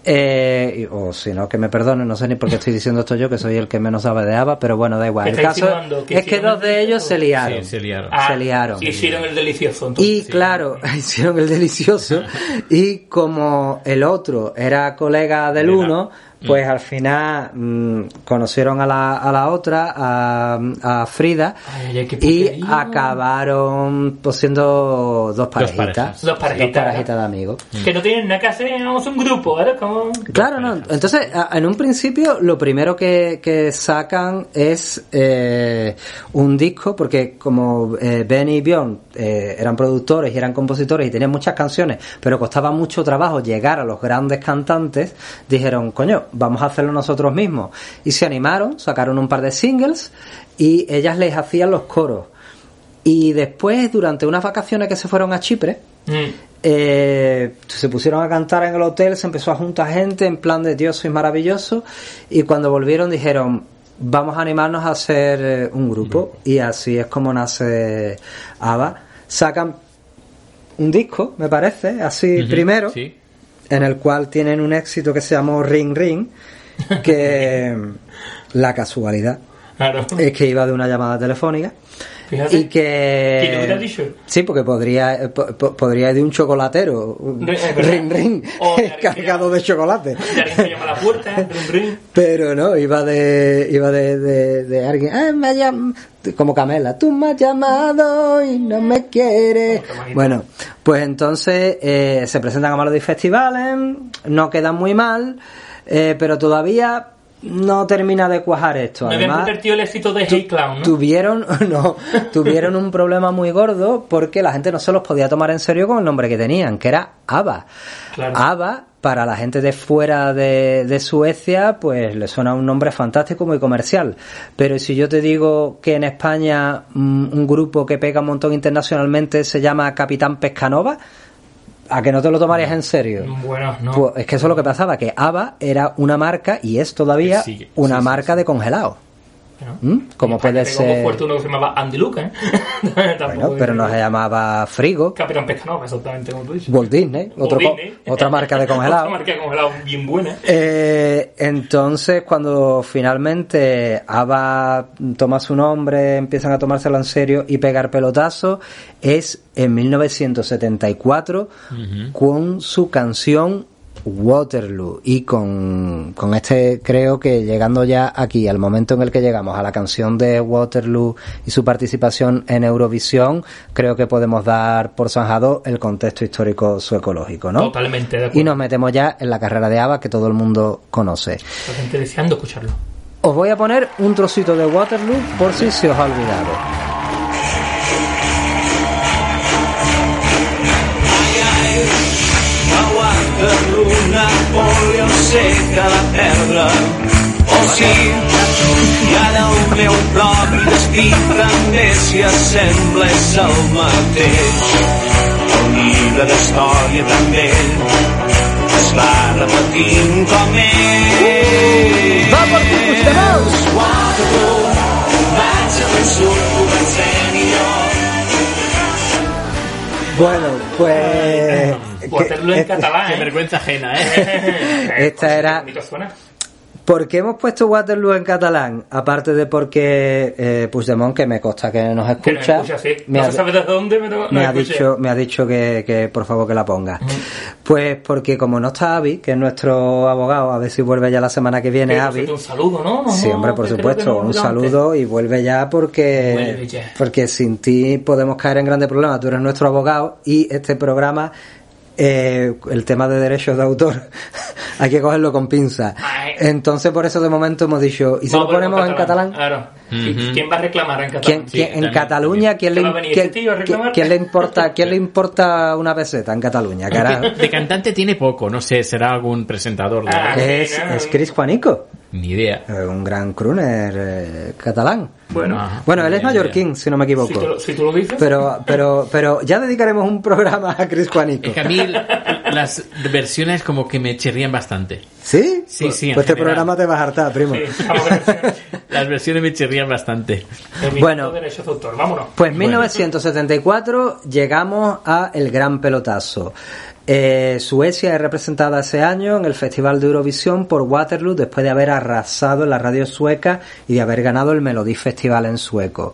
eh, o si no, que me perdonen, no sé ni por qué estoy diciendo esto yo, que soy el que menos sabe de ABBA, pero bueno, da igual. El caso que es que dos de ellos se liaron. Sí, se liaron. Ah, se liaron. Hicieron el delicioso. Entonces. Y sí, claro, hicieron el delicioso. Y como el otro era colega del uno, pues al final mmm, conocieron a la, a la otra, a, a Frida, ay, ay, y acabaron pues, siendo dos parejitas. Dos parejas. Dos parejitas, dos parejitas de amigos. Que no tienen nada que hacer, vamos un grupo, ¿verdad? Como... Claro, no. Entonces, a, en un principio, lo primero que, que sacan es eh, un disco, porque como eh, Ben y Björn eh, eran productores y eran compositores y tenían muchas canciones, pero costaba mucho trabajo llegar a los grandes cantantes, dijeron, coño, vamos a hacerlo nosotros mismos. Y se animaron, sacaron un par de singles y ellas les hacían los coros. Y después, durante unas vacaciones que se fueron a Chipre, mm. eh, se pusieron a cantar en el hotel, se empezó a juntar gente en plan de Dios, sois maravilloso. Y cuando volvieron dijeron, vamos a animarnos a hacer eh, un grupo. Mm. Y así es como nace ABBA. Sacan un disco, me parece, así mm-hmm. primero. Sí. En el cual tienen un éxito que se llamó Ring Ring, que la casualidad claro. es que iba de una llamada telefónica. Fíjate, y que ¿quién lo hubiera dicho? Sí, porque podría po, podría ir de un chocolatero Ring Ring cargado de chocolate, de alguien que llama a la puerta, ring, ring. Pero no, iba de iba de, de, de alguien, ah, me llama, como Camela, tú me has llamado y no me quieres. Bueno, pues entonces eh, se presentan a Melody Festivales, no quedan muy mal, eh, pero todavía no termina de cuajar esto. No Además, habían convertido el éxito de Hey Clown, ¿no? Tuvieron, no, tuvieron un problema muy gordo porque la gente no se los podía tomar en serio con el nombre que tenían, que era ABBA. Claro. ABBA, para la gente de fuera de, de Suecia, pues le suena un nombre fantástico, muy comercial. Pero si yo te digo que en España un, un grupo que pega un montón internacionalmente se llama Capitán Pescanova, ¿a que no te lo tomarías en serio? Bueno, no. Pues es que eso es lo que pasaba, que ABBA era una marca y es todavía sí, sí, una sí, marca sí. de congelado. ¿No? ¿Mm? Como puede ser. Fuerte uno que se llamaba Andy Luca, ¿eh? Bueno, pero no se llamaba Frigo. Capitán Pescanova, exactamente como tú dices. Walt Disney, otro Disney. Co- otra marca de congelado. Otra marca de congelado bien buena. Eh, entonces, cuando finalmente ABBA toma su nombre, empiezan a tomárselo en serio y pegar pelotazos, es en mil novecientos setenta y cuatro uh-huh. con su canción Waterloo. Y con, con este creo que llegando ya aquí al momento en el que llegamos a la canción de Waterloo y su participación en Eurovisión, creo que podemos dar por zanjado el contexto histórico suecológico, ¿no? Totalmente de acuerdo. Y nos metemos ya en la carrera de ABBA que todo el mundo conoce. La gente deseando escucharlo. Os voy a poner un trocito de Waterloo por si se os ha olvidado. Napoleó sé que la perdre o sí i ara el meu propi destí també si assembles el mateix el llibre d'història també es va repetint com ell va per tu, Puigdemont! Waterloo vaig a l'ensurt comencem i jo. Bueno, pues Waterloo en este, catalán, ¿eh? Qué vergüenza ajena, ¿eh? Esta era... ¿Por qué hemos puesto Waterloo en catalán? Aparte de porque eh, Puigdemont, que me consta que nos escucha, que nos escucha sí. me, no ha, se sabe desde dónde, pero me, ha dicho, me ha dicho que, que por favor que la ponga. Mm. Pues porque como no está Avi, que es nuestro abogado, a ver si vuelve ya la semana que viene, Avi. Un saludo, ¿no? no sí, hombre, por supuesto, no, un saludo y vuelve ya porque vuelve ya. Porque sin ti podemos caer en grandes problemas. Tú eres nuestro abogado y este programa... Eh, el tema de derechos de autor hay que cogerlo con pinzas. Ay, Entonces, por eso de momento hemos dicho, ¿y si Vamos lo a ponerlo ponemos en catalán? Claro. ¿Y Ujú. ¿Quién va a reclamar en catalán? ¿Quién, Sí, quién- en también, Cataluña, ¿quién le, ¿Qué va a venir quién- este tío a reclamar? quién le importa, quién le importa una peseta en Cataluña, carajo? De cantante tiene poco, no sé, será algún presentador. de Ah, algo. Es, no. es Chris Juanico, Ni idea. eh, un gran crooner eh, catalán. Bueno, Ajá. Bueno, él es Ni idea. mallorquín, si no me si tú, equivoco. lo- si tú lo dices. Pero, pero, pero ya dedicaremos un programa a Chris Juanico. Es que a mí l- las versiones como que me chirrían bastante. ¿Sí? Sí, sí, en Pues este general. programa te vas a hartar, primo. Sí, vamos a ver. Las versiones me chirrían bastante. Evitando Bueno. derechos de autor. Vámonos. Pues mil novecientos setenta y cuatro llegamos a el gran pelotazo. Eh, Suecia es representada ese año en el Festival de Eurovisión por Waterloo después de haber arrasado en la radio sueca y de haber ganado el Melody Festival en sueco.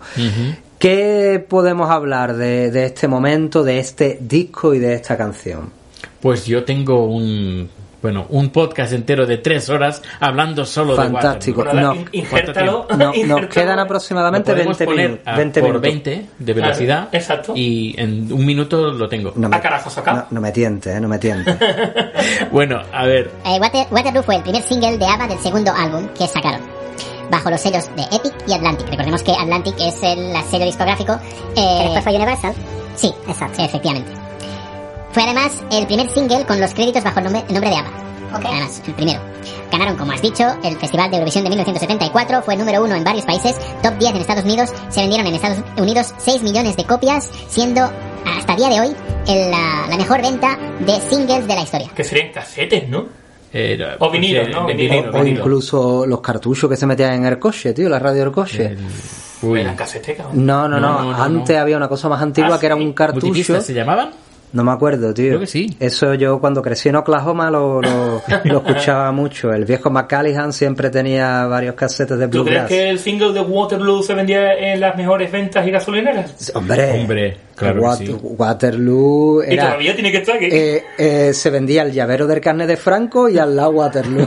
¿Qué podemos hablar de, de este momento, de este disco y de esta canción? Pues yo tengo un bueno un podcast entero de tres horas hablando solo Fantástico. de Bueno, Waterloo. no. in- insértalo. No, nos insértalo. quedan aproximadamente Lo podemos veinte, poner minutos, a- veinte por minutos. veinte de velocidad. Claro, exacto. Y en un minuto lo tengo. No me, A carajo, saca. no, no me tientes, eh, no me tientes. Bueno, a ver. Eh, Water- Waterloo fue el primer single de ABBA del segundo álbum que sacaron, bajo los sellos de Epic y Atlantic. Recordemos que Atlantic es el sello discográfico. Eh, que después fue Universal. Sí, exacto, efectivamente. Fue además el primer single con los créditos bajo el nombre, el nombre de ABBA. Además, el primero. Ganaron, como has dicho, el Festival de Eurovisión de mil novecientos setenta y cuatro, fue número uno en varios países, top diez en Estados Unidos, se vendieron en Estados Unidos seis millones de copias, siendo hasta el día de hoy el- la, la mejor venta de singles de la historia. Que serían casetes, ¿no? eh, O vinilo, porque- ¿no? de Vinilo. vinilo, O vinilo. incluso los cartuchos que se metían en el coche, tío, la radio del coche. El- uy. Eran casetes, cabrón. No, no, no, No, no, no, antes no. había una cosa más antigua Ah, que era sí. un cartucho. ¿Multipistas se llamaban? No me acuerdo, tío. Creo que sí. Eso yo cuando crecí en Oklahoma lo, lo, lo escuchaba mucho. El viejo McCallihan siempre tenía varios casetes de ¿Tú crees bluegrass. que el single de Waterloo se vendía en las mejores ventas y gasolineras? Hombre, Hombre, claro que Wat- sí. Waterloo Y era... todavía tiene que estar aquí. eh, eh, se vendía el llavero del carnet de Franco y al lado Waterloo.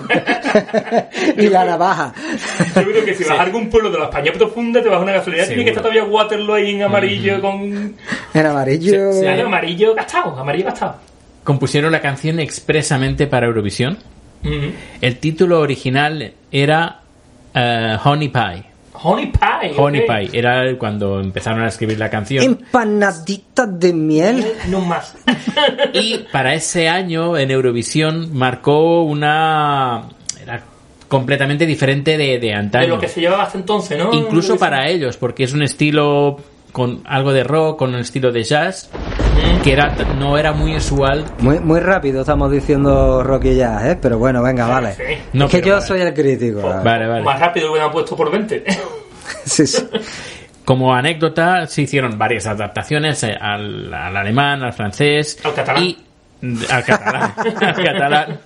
Y la navaja. Yo creo que si vas a algún pueblo de la España profunda, te vas a una gasolinera, tiene que estar Seguro. todavía Waterloo ahí en amarillo con... En amarillo... Sí, sí. Ah, no, amarillo gastado, amarillo gastado. Compusieron la canción expresamente para Eurovisión. Ujú. El título original era eh, Honey Pie. Honey Pie. Honey ok. Pie. Era cuando empezaron a escribir la canción. Empanadita de miel. No más. Y para ese año en Eurovisión marcó una... Era completamente diferente de, de antaño. De lo que se llevaba hasta entonces, ¿no? Incluso para ellos, porque es un estilo con algo de rock, con un estilo de jazz, que era no era muy usual. Muy, muy rápido estamos diciendo Rocky Jazz, ¿eh? Pero bueno, venga, vale. Sí. No, es que pero yo vale. soy el crítico. Pues, ¿vale? Vale, vale. Más rápido lo hubieran puesto por veinte. Sí, sí. Como anécdota, se hicieron varias adaptaciones eh, al, al alemán, al francés Al catalán. y al catalán, al catalán.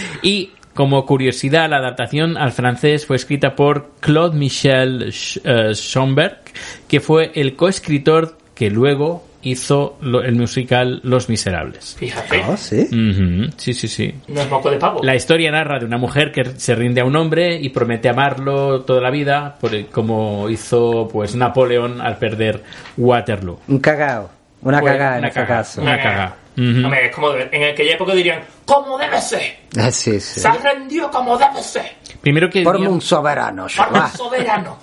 Y como curiosidad, la adaptación al francés fue escrita por Claude Michel Sch- eh, Schomberg, que fue el coescritor que luego hizo lo- el musical Los Miserables. Fíjate. Oh, sí. Ujú, sí, sí, sí. No es moco de pavo. La historia narra de una mujer que se rinde a un hombre y promete amarlo toda la vida, por- como hizo pues Napoleón al perder Waterloo. Un cagao. Una Fue cagada en una este cagada, caso. una Eh, cagada. Ujú. Hombre, es como de- en aquella época dirían, ¿cómo debe ser? Eh, Sí, sí. Se ha rendido como debe ser. Primero Por querían, un soberano, Por chaval. un soberano.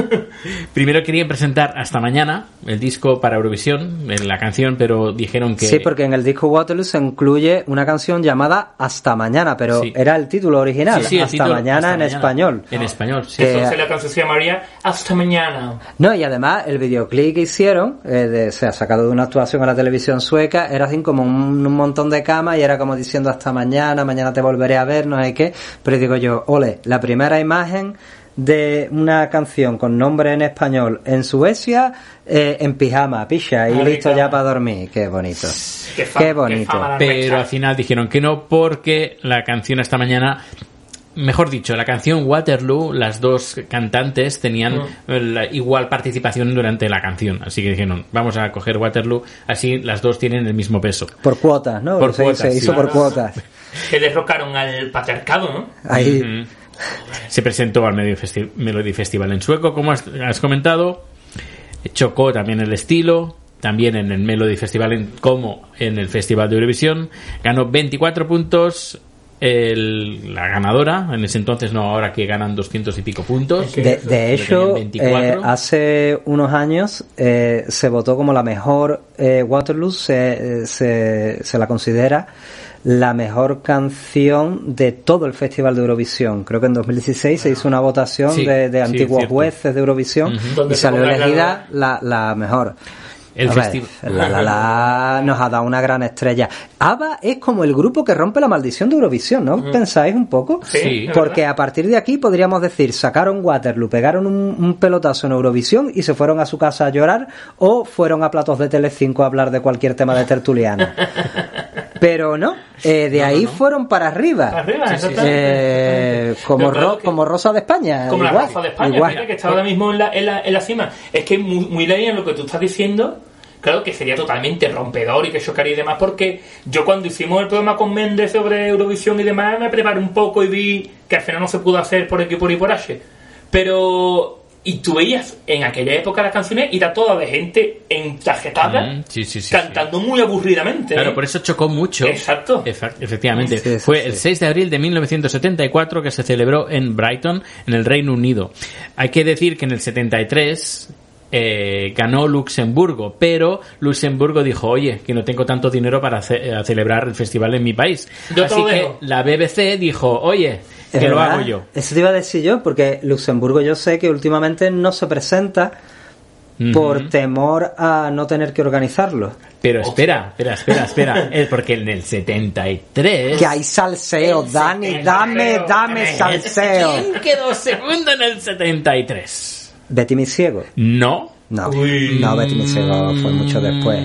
primero querían presentar Hasta Mañana, el disco para Eurovisión, en la canción, pero dijeron que... Sí, porque en el disco Waterloo se incluye una canción llamada Hasta Mañana, pero Sí. era el título original. Sí, sí, el Hasta título, Mañana Hasta en Mañana. español. En español, sí. Que- Entonces la canción se llamaría Hasta mañana. No, y además el videoclip que hicieron, eh, de, se ha sacado de una actuación a la televisión sueca, era así como un, un montón de camas y era como diciendo hasta mañana, mañana te volveré a ver, no sé qué. Pero digo yo, ole, la primera imagen de una canción con nombre en español en Suecia, eh, en pijama, picha, y Ay, listo claro. ya para dormir. Qué bonito. Qué, fa- Qué bonito. fama la Pero nuestra. al final dijeron que no, porque la canción Hasta Mañana... Mejor dicho, la canción Waterloo, las dos cantantes tenían eh, la igual participación durante la canción. Así que dijeron, vamos a coger Waterloo, así las dos tienen el mismo peso. Por cuotas, ¿no? Por se, cuotas, se sí. hizo por Claro. cuotas. Que derrocaron al patriarcado, ¿no? Ahí. Ujú. Se presentó al Melody Festi- Melody Festival en sueco, como has, has comentado. Chocó también el estilo, también en el Melody Festival en- como en el Festival de Eurovisión. Ganó veinticuatro puntos el, la ganadora, en ese entonces no, ahora que ganan doscientos y pico puntos. De, de hecho, eh, hace unos años eh, se votó como la mejor eh, Waterloo, se, se, se la considera la mejor canción de todo el Festival de Eurovisión. Creo que en dos mil dieciséis se hizo una votación sí, de, de antiguos sí, jueces de Eurovisión uh-huh. y salió elegida la, la mejor. El festival. La, la, la nos ha dado una gran estrella. ABBA es como el grupo que rompe la maldición de Eurovisión, ¿no? Uh-huh. ¿Pensáis un poco? Sí. Porque a partir de aquí podríamos decir, sacaron Waterloo, pegaron un, un pelotazo en Eurovisión y se fueron a su casa a llorar, o fueron a platos de Telecinco a hablar de cualquier tema de tertuliana. Pero no, eh, de no, ahí no, no. fueron para arriba. Para arriba, sí, eh, como, ro- como Rosa de España. Como igual, la Rosa de España, igual. Mira, que está ahora mismo en la, en la, en la cima. Es que muy, muy leído en lo que tú estás diciendo. Claro que sería totalmente rompedor y que chocaría y demás, porque yo cuando hicimos el programa con Méndez sobre Eurovisión y demás, me preparé un poco y vi que al final no se pudo hacer por X por Y por H. Pero... Y tú veías en aquella época las canciones y era toda de gente entajetada mm, sí, sí, sí, cantando sí. muy aburridamente. Claro, ¿eh? por eso chocó mucho. Exacto. Efa- efectivamente. Sí, sí, Fue sí. el seis de abril de mil novecientos setenta y cuatro que se celebró en Brighton, en el Reino Unido. Hay que decir que en el setenta y tres... Eh, ganó Luxemburgo, pero Luxemburgo dijo, oye, que no tengo tanto dinero para ce- a celebrar el festival en mi país. Yo Así que dejo. la B B C dijo, oye, ¿Es que lo verdad? hago yo. Eso te iba a decir yo, porque Luxemburgo yo sé que últimamente no se presenta Uh-huh. por temor a no tener que organizarlo. Pero espera, espera, espera, espera. Es porque en el setenta y tres... Que hay salseo, Dani, dame, dame salseo. ¿Quién quedó segundo en el setenta y tres? Betty mi ciego. No. No, Uy. no, Betty mi ciego fue mucho después.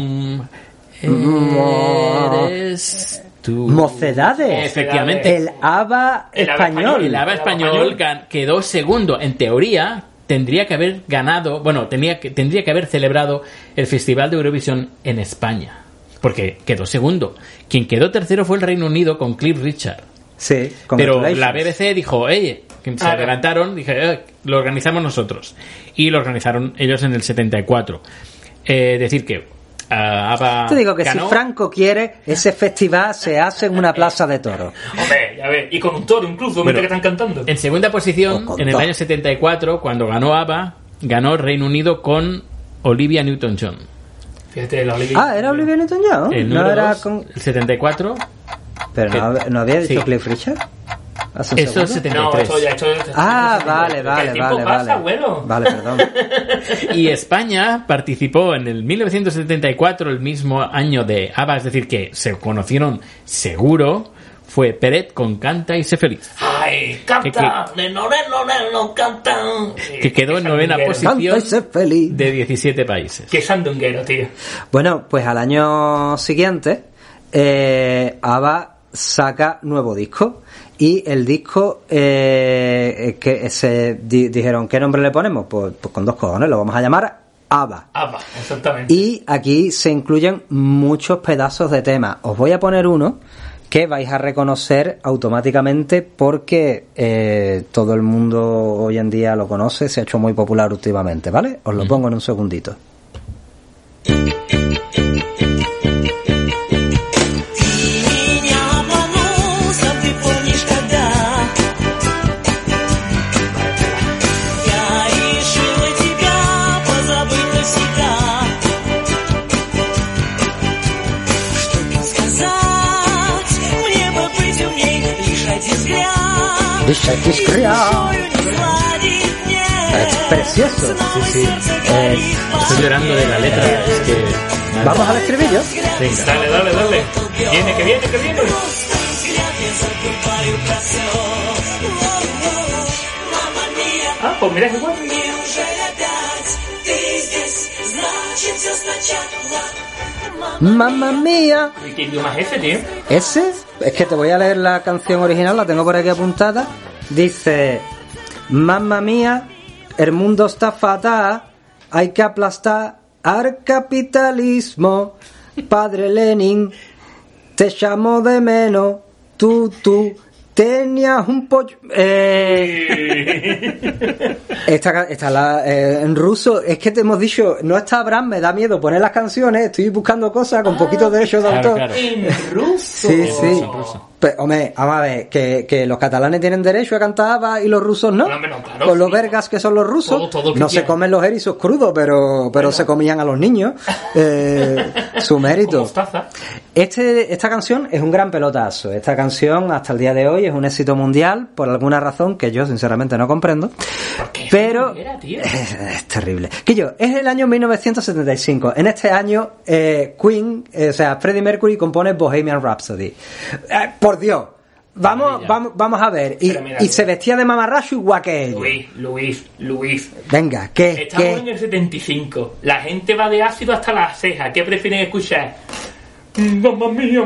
Eres tú. Mocedades. Efectivamente. El ABBA El ABBA español. El ABBA español gan- quedó segundo. En teoría, tendría que haber ganado, bueno, tenía que, tendría que haber celebrado el Festival de Eurovisión en España. Porque quedó segundo. Quien quedó tercero fue el Reino Unido con Cliff Richard. Sí, Pero congratulations. la B B C dijo, oye, que se Ah, adelantaron, dije, eh, lo organizamos nosotros. Y lo organizaron ellos en el setenta y cuatro. Eh, decir que uh, ABBA Te digo que ganó. si Franco quiere, ese festival se hace en una plaza de toros. Hombre, ya ves, y con un toro incluso, Bueno, mientras que están cantando. En segunda posición, O con en el todo. año setenta y cuatro, cuando ganó ABBA, ganó Reino Unido con Olivia Newton-John. Fíjate, la Olivia. Ah, ¿era Olivia Newton-John? El No número era dos, con... el setenta y cuatro. Pero no, ¿no había dicho Sí. Cliff Richard? ¿Hace un Eso es segundo? setenta y No, tres. esto ya, esto ya- Ah, esto- vale, el vale, tiempo vale, pasa, vale. abuelo. Vale, perdón. Y España participó en el mil novecientos setenta y cuatro, el mismo año de ABBA, es decir, que se conocieron seguro. Fue Peret con Canta y Sé Feliz. Ay, canta, neno, neno, neno, canta. Que quedó en novena sandunguero. posición. Canta y sé feliz. De diecisiete países. Qué sandunguero, tío. Bueno, pues al año siguiente, eh, ABBA saca nuevo disco. Y el disco, eh, que se di- dijeron, ¿qué nombre le ponemos? Pues, pues con dos cojones, lo vamos a llamar ABBA. ABBA, exactamente. Y aquí se incluyen muchos pedazos de tema. Os voy a poner uno que vais a reconocer automáticamente porque eh, todo el mundo hoy en día lo conoce, se ha hecho muy popular últimamente, ¿vale? Os lo pongo en un segundito. Es precioso. Sí, sí. Eh, Estoy llorando de la letra. Es que... ¿Vamos al estribillo? Venga. Dale, dale, dale. Viene, que viene, que viene. Ah, pues mira, es igual. Mamma mía. ¿Y qué idioma es ese, tío? Ese, es que te voy a leer la canción original, la tengo por aquí apuntada. Dice: Mamma mía, el mundo está fatal, hay que aplastar al capitalismo. Padre Lenin, te llamo de menos, tú, tú, tenías un pollo... Eh... Esta, esta la, eh, en ruso, es que te hemos dicho, no está Abraham, me da miedo poner las canciones, estoy buscando cosas con poquito de derechos de Claro, autor. claro. En ruso. Sí, sí. Ruso, ruso. Pues, hombre, vamos a ver, que, que los catalanes tienen derecho a cantar ABBA y los rusos no. No, no, claro, Con los sí. vergas que son los rusos, Todo, todo que no se quieran. comen los erizos crudos, pero, pero Bueno. se comían a los niños. Eh, su mérito. Como mostaza. Este, esta canción es un gran pelotazo. Esta canción, hasta el día de hoy, es un éxito mundial por alguna razón que yo, sinceramente, no comprendo. ¿Por qué? Pero Era, tío. es, es terrible. Que yo, es el año mil novecientos setenta y cinco. En este año, eh, Queen, eh, o sea, Freddie Mercury compone Bohemian Rhapsody. Eh, por Dios. Vamos, Maravilla. vamos, vamos a ver. Y, Pero mira, y se vestía de mamarracho igual que ellos. Luis, Luis, Luis. Venga, ¿qué? Estamos ¿Qué? en el setenta y cinco. La gente va de ácido hasta las cejas. ¿Qué prefieren escuchar? Mamma mía,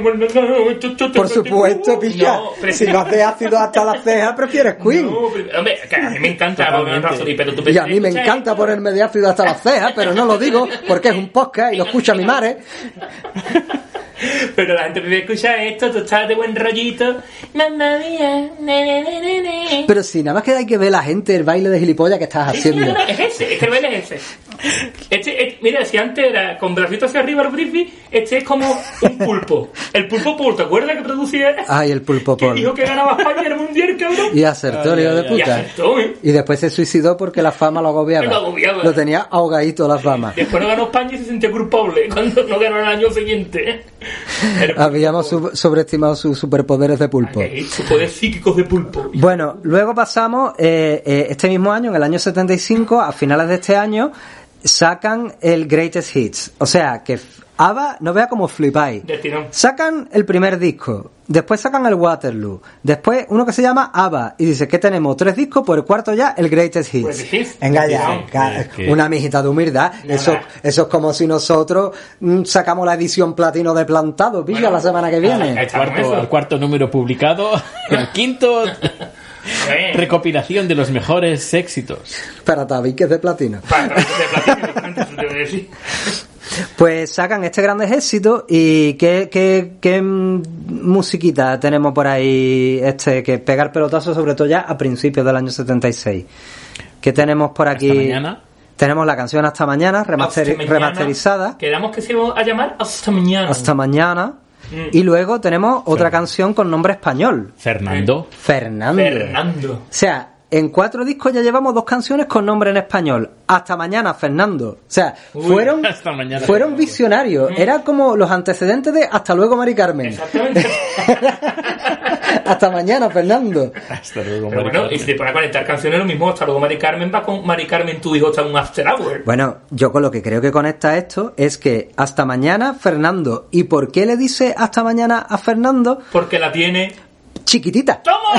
Por supuesto, pilla. No, Si prefiero- no hace ácido hasta las cejas, prefieres Queen. No, pre- hombre, que a mí me encanta Bohemian Rhapsody, pero tú Y a mí me prefieres encanta escuchar ponerme de ácido hasta las cejas, pero no lo digo porque es un podcast y lo escucha mi madre. esto. Pero la gente prefiere escuchar esto, tú estás de buen rollito. Mamma mía, ne, ne, ne, ne, ne. Pero si nada más que hay que ver la gente, el baile de gilipollas que estás Sí, sí, haciendo. no, no, es ese, este baile es ese. Este, este- mira, si antes era con bracitos hacia arriba el briefing, este es como un pulpo. El pulpo Paul, ¿te acuerdas que producía? Ay, el pulpo Que Paul. dijo que ganaba España el mundial, cabrón. Y acertó, el hijo de Y puta. acertó, ¿eh? Y después se suicidó porque la fama lo agobiaba. Lo agobiaba. Lo tenía ahogadito la fama. Después no ganó España y se sintió culpable cuando no ganó el año siguiente. El Habíamos pulpo. sub- sobreestimado sus superpoderes de pulpo. Ay, sus poderes psíquicos de pulpo. Bueno, luego pasamos, eh, eh, este mismo año, en el año setenta y cinco, a finales de este año, sacan el Greatest Hits. O sea, que f- ABBA no vea como flipáis. De tirón. Sacan el primer disco, después sacan el Waterloo, después uno que se llama ABBA, y dice que tenemos tres discos, por el cuarto ya el Greatest Hits. Greatest Hits. Venga ya, No, ca- es que- una mijita de humildad. Eso, Nada. eso es como si nosotros mm, sacamos la edición platino de Plantado, pilla, Bueno, la semana que ahí viene. está. con Cuarto, eso. el cuarto número publicado, el quinto Eh, recopilación de los mejores éxitos. Para tabiques de platino. para- para- de platino, antes te voy a decir. Pues sacan este grandes éxitos y qué, qué, qué mm, musiquita tenemos por ahí este que pega el pelotazo sobre todo ya a principios del año setenta y seis. ¿Qué tenemos por aquí? Hasta mañana. Tenemos la canción Hasta Mañana, remaster- Hasta mañana. remasterizada. Quedamos que se iba a llamar Hasta Mañana. Hasta Mañana. Mm. Y luego tenemos otra canción con nombre español, Fernando. Fernando. Fernando. O sea, en cuatro discos ya llevamos dos canciones con nombre en español. Hasta Mañana, Fernando. O sea, Uy, fueron, Hasta Mañana, fueron Fernando. visionarios. Era como los antecedentes de Hasta luego, Mari Carmen. Exactamente. Hasta mañana, Fernando. Hasta luego, Pero bueno, y si te pones a conectar canciones, lo mismo. Hasta luego, Mari Carmen va con Mari Carmen, tu hijo está en un after hour. Bueno, yo con lo que creo que conecta esto es que hasta mañana, Fernando. ¿Y por qué le dice hasta mañana a Fernando? Porque la tiene. Chiquitita. ¡Toma!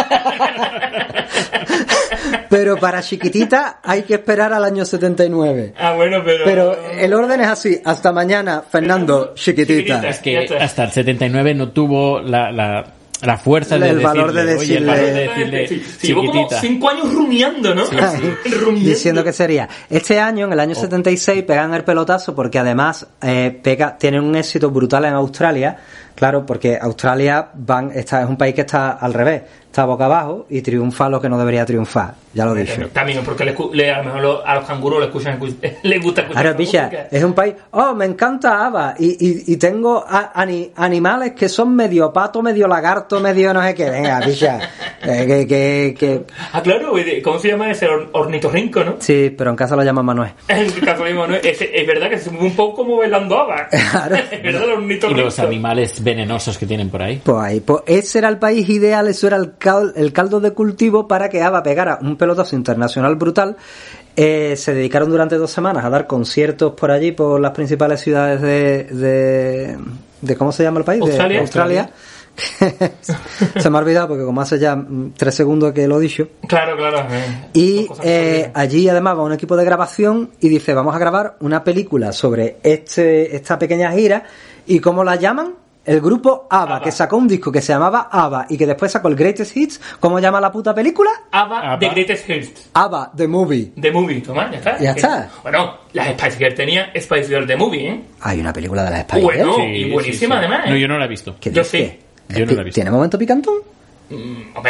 Pero para chiquitita hay que esperar al año setenta y nueve. Ah, bueno, pero. Pero el orden es así. Hasta mañana, Fernando, chiquitita. Chiquitita. Es que Ya está. hasta el setenta y nueve no tuvo la, la, la fuerza El de valor de decirle, oye, el valor de decirle- decirle Sí, sí, llevo como chiquitita. cinco años rumiando, ¿no? Rumiando. Diciendo que sería. Este año, en el Oh. año setenta y seis, pegan el pelotazo porque además eh, pega, tienen un éxito brutal en Australia. Claro, porque Australia van, está, es un país que está al revés. Está boca abajo y triunfa lo que no debería triunfar. Ya lo he dicho. También porque le, escu- le- a lo mejor lo- a los canguros le escuchan, les gusta escuchar. Claro, esa picha, música. es un país. Oh, me encanta ABBA. Y, y, y tengo a- ani- animales que son medio pato, medio lagarto, medio no sé qué. Venga, picha. Eh, que, que, que... Ah, claro, güey, ¿cómo se llama ese? Or- Ornitorrinco, ¿no? Sí, pero en casa lo llaman Manuel. En el caso mismo, ¿no? Es, es verdad que se mueve un poco como bailando ABBA. Claro. Es verdad, el Y ornitorrinco. los animales venenosos que tienen por ahí. Pues ahí, pues ese era el país ideal, eso era el, cal- el caldo de cultivo para que ABBA pegara un pelotazo internacional brutal. Eh, se dedicaron durante dos semanas a dar conciertos por allí, por las principales ciudades de... de, de ¿cómo se llama el país? Australia. De Australia. Se me ha olvidado porque como hace ya mm, tres segundos que lo he dicho. Claro, claro. eh. Y Son cosas que eh, olvidan. allí además va un equipo de grabación y dice, vamos a grabar una película sobre este esta pequeña gira. ¿Y cómo la llaman? El grupo ABBA, ABBA. que sacó un disco que se llamaba ABBA y que después sacó el Greatest Hits. ¿Cómo llama la puta película? ABBA, ABBA. The Greatest Hits. ABBA, The Movie. The Movie, toma, ya está. Ya está. Bueno, las Spice Girls tenía Spice Girls The Movie, ¿eh? Hay una película de la Spice Bueno, Girls. y buenísima además, ¿eh? No, yo no la he visto. ¿Qué yo dices? sí. Yo no la he visto. ¿Tiene momento picantón? Mm, hombre,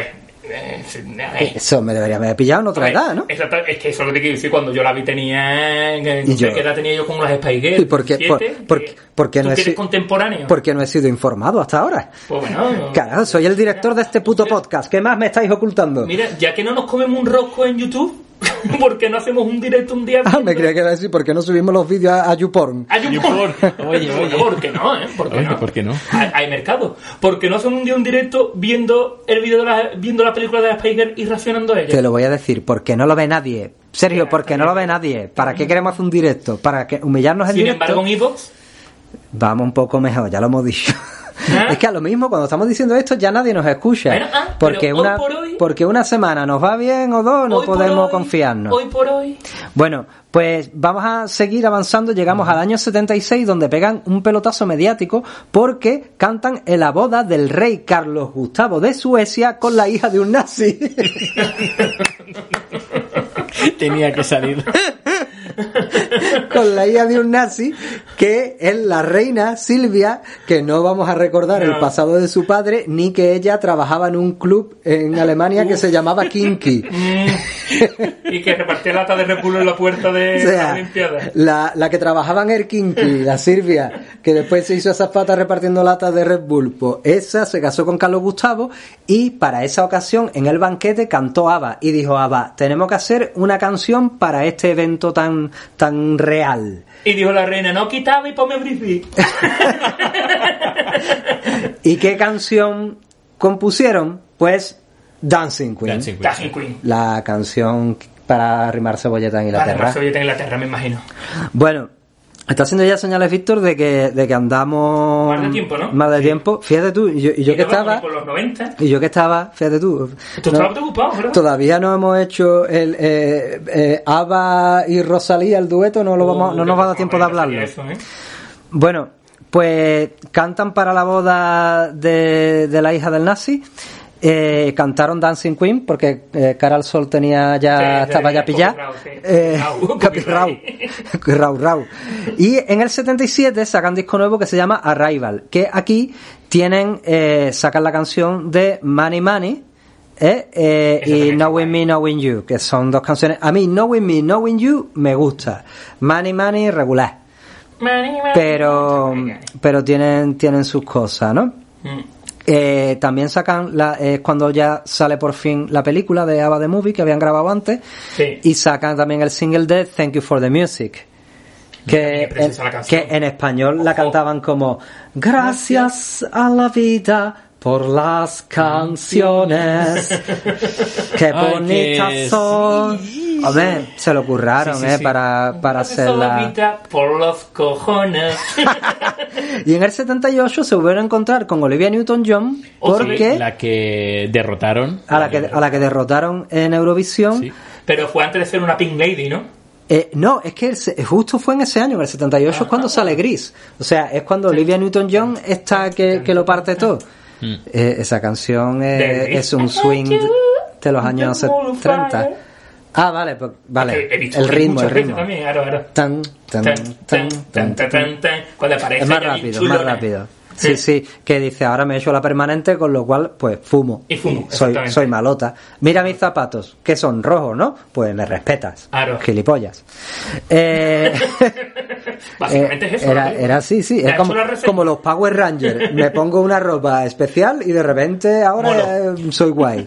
eh, eh, Eso me debería haber pillado en otra Hombre, edad, ¿no? Exacto, es que eso es lo que quiero decir. Cuando yo la vi tenía... Y No sé yo- qué edad tenía yo con las Spice Girls. ¿Y por qué- por- ¿siete? por- ¿Qué? por qué ¿Tú no he que eres si- contemporáneo? Porque no he sido informado hasta ahora. Pues bueno... Carajo, soy el director de este puto podcast. ¿Qué más me estáis ocultando? Mira, ya que no nos comemos un rosco en YouTube, ¿por qué no hacemos un directo un día? Ah, me creía que iba a decir, ¿por qué no subimos los vídeos a, a YouPorn? Hay un YouPorn. Oye, oye. ¿Por qué no, eh? ¿Por qué Oye, no? ¿por qué no? Hay, hay mercado. ¿Por qué no hacemos un día un directo viendo el vídeo de la, viendo la película de la Spice Girl y reaccionando a ella? Te lo voy a decir, porque no lo ve nadie. Sergio, porque no lo ve nadie. ¿Para qué queremos hacer un directo? ¿Para que humillarnos en Sin directo? embargo, en iVoox... Vamos un poco mejor, ya lo hemos dicho. ¿Ah? Es que a lo mismo, cuando estamos diciendo esto, ya nadie nos escucha. Bueno, ah, porque, pero hoy una, por hoy- porque una semana nos va bien o dos, no hoy por podemos hoy- confiarnos. Hoy por hoy... Bueno, pues vamos a seguir avanzando. Llegamos al año setenta y seis, donde pegan un pelotazo mediático porque cantan en la boda del rey Carlos Gustavo de Suecia con la hija de un nazi. Tenía que salir. Con la hija de un nazi, que es la reina Silvia, que no vamos a recordar No. el pasado de su padre, ni que ella trabajaba en un club en Alemania que se llamaba Kinky. Y que repartía lata de Red Bull en la puerta de O sea, la Olimpiada. la, la que trabajaba en el Kinky, la Silvia, que después se hizo esas patas repartiendo latas de Red Bull, pues esa se casó con Carlos Gustavo y para esa ocasión en el banquete cantó ABBA y dijo ABBA, tenemos que hacer una canción para este evento tan, tan real. Y dijo la reina, no quitaba y ponme Britney. ¿Y qué canción compusieron? Pues Dancing Queen. Dancing Queen. Dancing Queen. La canción para arrimar cebolleta en Para Inglaterra. más soviética en Inglaterra, me imagino. Bueno, está haciendo ya señales Víctor de que, de que andamos Más de tiempo, ¿no? más de Sí. tiempo. Fíjate tú, y yo, y yo Y que no vamos estaba ni por los noventa. y yo que estaba, fíjate tú. Tú no- estabas preocupado, ¿verdad? Todavía no hemos hecho el eh, eh, ABBA y Rosalía, el dueto, no lo vamos, no nos va a dar tiempo de hablarlo. Eso, ¿eh? Bueno, pues cantan para la boda de, de la hija del nazi. Eh, cantaron Dancing Queen porque eh, Cara al Sol tenía ya Sí, sí, estaba ya sí, pillada. copyright, sí. Eh, Copyright. copyright. Rau, rau. Y en el setenta y siete sacan disco nuevo que se llama Arrival, que aquí tienen eh, sacan la canción de Money Money eh, eh, Esa y también está Knowing Me, Knowing You, que son dos canciones. A mí Knowing Me, Knowing You me gusta. Money Money regular, pero pero tienen tienen sus cosas, ¿no? Mm. Eh, también sacan la, eh, cuando ya sale por fin la película de ABBA The Movie que habían grabado antes, Sí. y sacan también el single de Thank You for the Music, que, También es preciosa la canción. que en español la Ojo. cantaban como gracias a la vida por las canciones, qué Ay, bonitas que son. A ver, se lo curraron, Sí, sí, eh, sí. para, para hacerla. Solita por los cojones. Y en el setenta y ocho se volvieron a encontrar con Olivia Newton-John porque La que derrotaron. a la que a la que derrotaron en Eurovisión. Sí. Pero fue antes de ser una Pink Lady, ¿no? Eh, no, es que el se- justo fue en ese año, en el setenta y ocho es cuando sale Gris. O sea, es cuando Olivia Newton-John está que, que lo parte todo. Mm. Eh, esa canción De es, Gris. es un swing de, de los años treinta. Ah, vale, pues vale. He visto El ritmo, el muchas veces ritmo. También, claro, claro. Tan, tan, Tan, tan, tan, tan, tan, tan, tan. Cuando aparece Es más ella bien rápido, más chulona. rápido. Sí, sí, que dice, ahora me he hecho la permanente, con lo cual, pues, fumo. Y fumo, soy, exactamente. soy malota. Mira mis zapatos, que son rojos, ¿no? Pues me respetas. Claro. Gilipollas. Eh, Básicamente eh, es eso. Era, ¿no? era así, sí. ¿Te Es ha como, hecho la reseña? como los Power Rangers. Me pongo una ropa especial y de repente ahora eh, soy guay.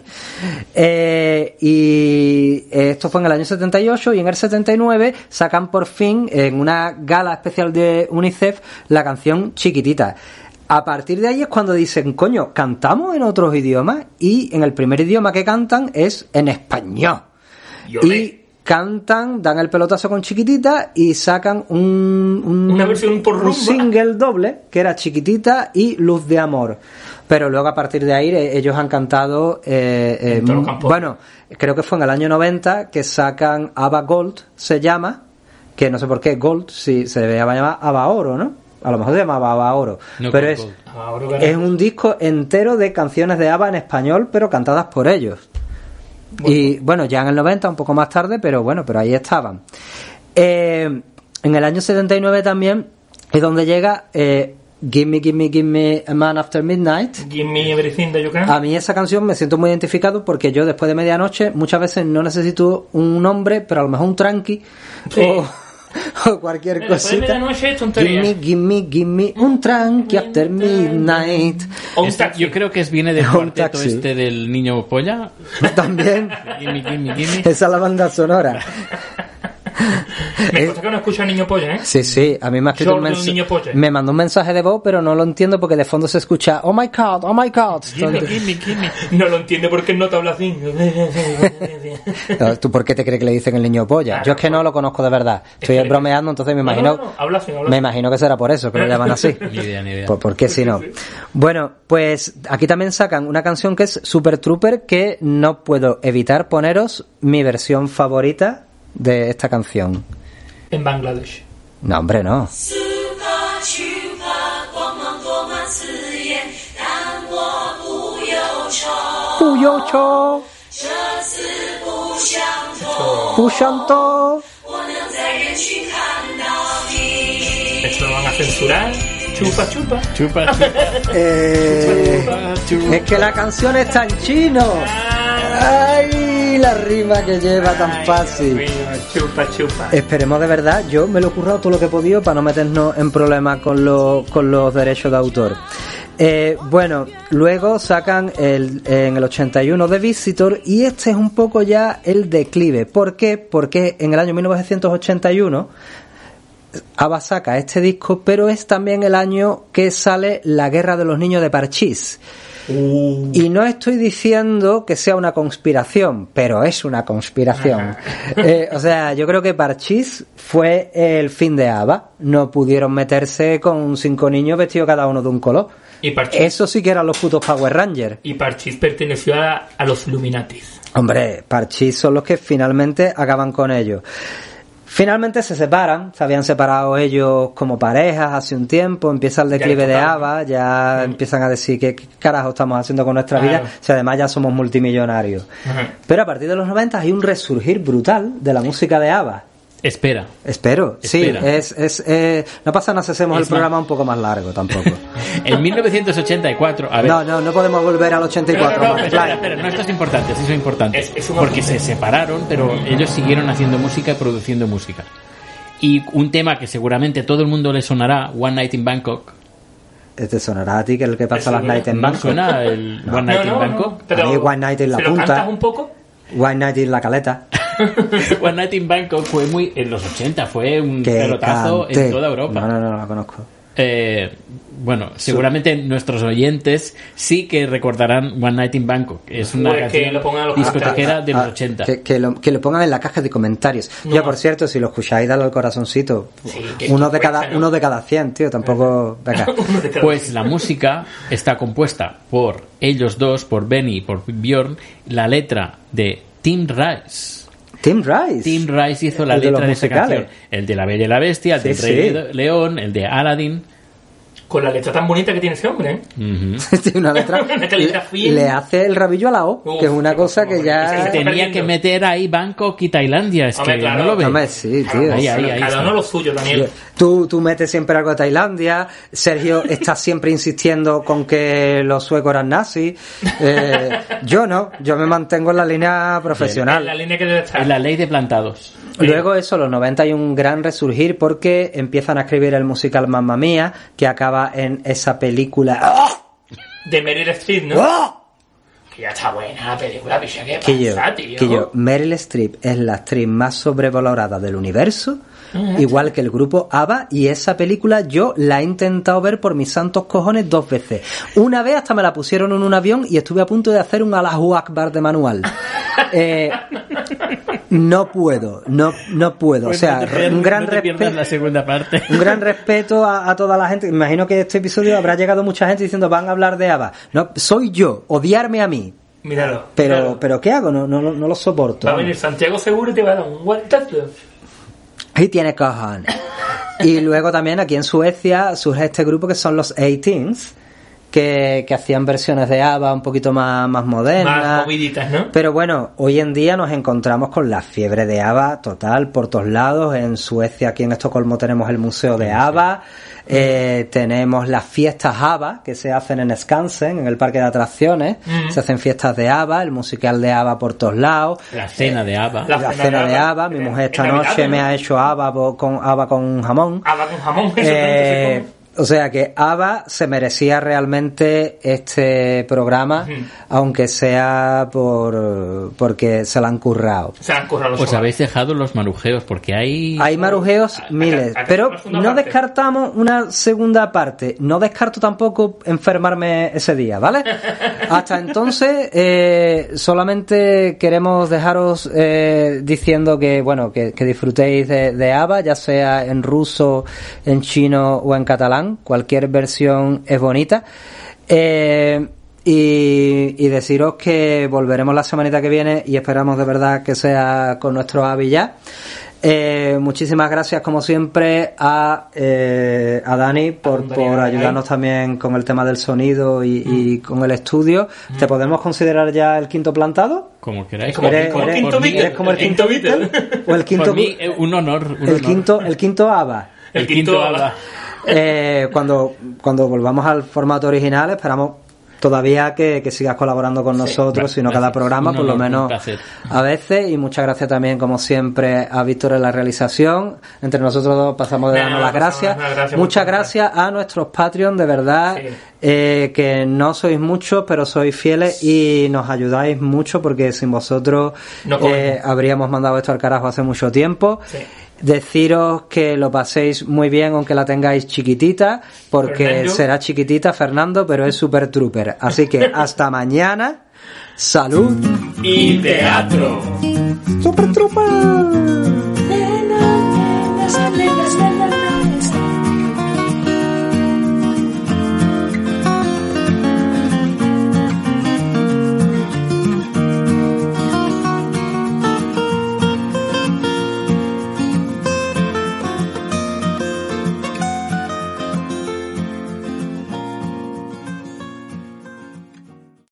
Eh, y esto fue en el año setenta y ocho, y en el setenta y nueve sacan por fin, en una gala especial de UNICEF, la canción Chiquitita. A partir de ahí es cuando dicen, coño, cantamos en otros idiomas, y en el primer idioma que cantan es en español. Yo Y le- cantan, dan el pelotazo con Chiquitita y sacan un, un- Una versión por un rumba. single doble que era Chiquitita y Luz de Amor. Pero luego a partir de ahí eh, ellos han cantado eh, eh, En todos los m- campos. bueno, creo que fue en el año noventa que sacan ABBA Gold, se llama, que no sé por qué Gold, si se debe llamar ABBA Oro, ¿no? A lo mejor se llamaba ABBA Oro, No, pero Gold, es Gold. Ahora verás. es un disco entero de canciones de ABBA en español, pero cantadas por ellos. Y bueno, ya en el noventa, un poco más tarde, pero bueno, pero ahí estaban. Eh, en el año setenta y nueve también es donde llega eh, Gimme, Gimme, Gimme a Man After Midnight. Give me everything that you can. A mí esa canción me siento muy identificado porque yo después de medianoche muchas veces no necesito un nombre, pero a lo mejor un tranqui Sí. o, o cualquier Mira, después de cosita. medianoche es tontería. Gimme, gimme, gimme un tranqui after midnight. O un Esta- taxi. yo creo que es viene del Un cuarteto taxi. este del niño polla. También Gimme, gimme, gimme. esa es la banda sonora. Me consta que no escucha Niño Polla, ¿eh? Sí, sí, a mí me ha escrito un Jordi, un mensaje. niño polla. Me mandó un mensaje de voz, pero no lo entiendo porque de fondo se escucha oh my god, oh my god. Gimme, gimme, gimme. No lo entiende porque no te habla así. No, ¿tú por qué te crees que le dicen el niño polla? Yo es que no lo conozco de verdad. Estoy que- bromeando, entonces me No, imagino. no, no, habla así, habla Me así. imagino que será por eso que lo llaman así. Ni idea, ni idea. Pues, ¿por qué si no? Bueno, pues aquí también sacan una canción que es Super Trooper, que no puedo evitar poneros mi versión favorita de esta canción. En Bangladesh. No, hombre, no. Puyocho, Pushanto. Esto lo van a censurar. Chupa, chupa. Chupa, chupa. Eh, es que la canción está en chino. Ay, la rima que lleva tan fácil. Chupa, chupa. Esperemos de verdad, yo me lo he currado todo lo que he podido para no meternos en problemas con, los con los derechos de autor. Eh, bueno, luego sacan el, en el ochenta y uno The Visitor, y este es un poco ya el declive. ¿Por qué? Porque en el año mil novecientos ochenta y uno ABBA saca este disco, pero es también el año que sale La Guerra de los Niños de Parchís. Uh. Y no estoy diciendo que sea una conspiración, pero es una conspiración. Eh, o sea, yo creo que Parchís fue el fin de ABBA. No pudieron meterse con cinco niños vestidos cada uno de un color. Y Parchís, Eso sí que eran los putos Power Rangers. y Parchís perteneció a, a los Illuminatis. Hombre, Parchís son los que finalmente acaban con ellos. Finalmente se separan, se habían separado ellos como parejas hace un tiempo, empieza el declive Ya de total. ABBA, ya Mm. empiezan a decir qué, qué carajo estamos haciendo con nuestra Claro. vida, si además ya somos multimillonarios. Ajá. Pero a partir de los noventa hay un resurgir brutal de la música de ABBA. Espera. Espero, Espera. sí, es, es, eh, no pasa nada si hacemos Es el programa un poco más largo tampoco. En mil novecientos ochenta y cuatro, a ver. No, no, no podemos volver al ochenta y cuatro. No, no, no, Mark espera, Klein. espera, no, esto es importante, esto es importante. Es- es un porque apunte. se separaron, pero ellos siguieron haciendo música y produciendo música. Y un tema que seguramente todo el mundo le sonará, One Night in Bangkok. Este sonará a ti, que es el que pasa Eso las no- Night en ¿No Bangkok. suena el No. One Night No, in no, Bangkok? no, pero A mí One Night en la ¿se lo punta. cantas un poco? White Night in la caleta. One Night in Bangkok fue muy... En los ochenta fue un Que pelotazo cante. en toda Europa. No, no, no, no la conozco. Eh, bueno, seguramente nuestros oyentes sí que recordarán One Night in Bangkok. Es una Pues que canción lo pongan a los discotequera de los Ah, ochenta. Que, que lo, que lo pongan en la caja de comentarios. No. Ya, por cierto, si lo escucháis, dale al corazoncito. Sí, que- uno, que de cada, cuesta, ¿no? uno de cada cien, tío. Tampoco. Venga. Uno de cada Pues la música está compuesta por ellos dos, por Benny y por Bjorn. La letra de Tim Rice. Tim Rice. Tim Rice hizo la El de letra los de, esa musicales. canción. El de La Bella y la Bestia, el Sí, del sí. Rey León, el de Aladdin. Con la letra tan bonita que tiene ese hombre, ¿eh? Ujú. Tiene una letra. Una calidad le, fina. le hace el rabillo a la O, Uf, que es una cosa que ese ya. está Tenía perdiendo. que meter ahí Bangkok y Tailandia. Es Hombre, que claro. no lo ves. Hombre, sí, tío. Ahí, ahí, ahí Cada está. uno lo suyo, Daniel. Tú, tú metes siempre algo de Tailandia. Sergio está siempre insistiendo con que los suecos eran nazis. Eh, yo no, yo me mantengo en la línea Es la profesional. línea que debe estar. Es la ley de plantados. Luego eso, los noventa hay un gran resurgir porque empiezan a escribir el musical Mamma Mía, que acaba en esa película. De Meryl Streep, ¿no? ¡Oh! Que ya está buena la película, picha, ¿qué Que yo, pasa, tío? que yo, Meryl Streep es la actriz más sobrevalorada del universo, igual que el grupo ABBA, y esa película yo la he intentado ver por mis santos cojones dos veces. Una vez hasta me la pusieron en un avión y estuve a punto de hacer un Allahu Akbar de manual. Eh, no puedo, no, no puedo. O sea, Pues no te pierdas- un gran no te pierdas respeto. la segunda parte. Un gran respeto a, a toda la gente. Imagino que este episodio habrá llegado mucha gente diciendo van a hablar de ABBA. No, soy yo, odiarme a mí. Míralo. Pero, míralo. pero ¿qué hago? No, no, no lo soporto. Va a venir Santiago seguro y te va a dar un guantazo. Ahí tiene cojones. Y luego también aquí en Suecia surge este grupo que son los Eighteens, que, que hacían versiones de ABBA un poquito más, más modernas. Más moviditas, ¿no? Pero bueno, hoy en día nos encontramos con la fiebre de ABBA total por todos lados. En Suecia, aquí en Estocolmo, tenemos el Museo de ABBA. Eh, tenemos las fiestas ABBA que se hacen en Skansen, en el parque de atracciones. Mm. Se hacen fiestas de ABBA, el musical de ABBA por todos lados. La cena de ABBA. La, la cena, cena de ABBA. Mi mujer esta noche me ha hecho ABBA con ABBA con jamón. ABBA con jamón. Eh, O sea que ABBA se merecía realmente este programa, uh-huh. aunque sea por porque se la han currado. Se la han currado los Os habéis dejado los marujeos, porque hay... Hay marujeos a, miles, a, a, a, pero no parte. Descartamos una segunda parte. No descarto tampoco enfermarme ese día, ¿vale? Hasta entonces, eh, solamente queremos dejaros eh, diciendo que, bueno, que, que disfrutéis de, de ABBA, ya sea en ruso, en chino o en catalán. Cualquier versión es bonita. Eh, y, y deciros que volveremos la semanita que viene y esperamos de verdad que sea con nuestro Avi ya. Eh, muchísimas gracias como siempre a, eh, a Dani por, por ayudarnos también con el tema del sonido y, mm. y con el estudio. Mm. ¿Te podemos considerar ya el quinto plantado? Como queráis. Como, ¿Eres, como, eres, quinto eres, eres como el quinto Beatle? ¿O el quinto? Por mí, un honor. Un el honor. quinto, el quinto ABBA. El, el quinto, quinto ABBA. Eh, cuando, cuando volvamos al formato original, esperamos todavía que, que sigas colaborando con nosotros, sí, sino cada programa, no, por lo no, menos a veces. Y muchas gracias también, como siempre, a Víctor en la realización. Entre nosotros dos pasamos de darnos las gracias. gracias. Muchas gracias a nuestros Patreon, de verdad, sí. eh, que no sois muchos, pero sois fieles y nos ayudáis mucho, porque sin vosotros no eh, habríamos mandado esto al carajo hace mucho tiempo. Sí. Deciros que lo paséis muy bien aunque la tengáis chiquitita, porque Fernando. será chiquitita Fernando, pero es super trooper. Así que hasta mañana. Salud y teatro. Super trooper.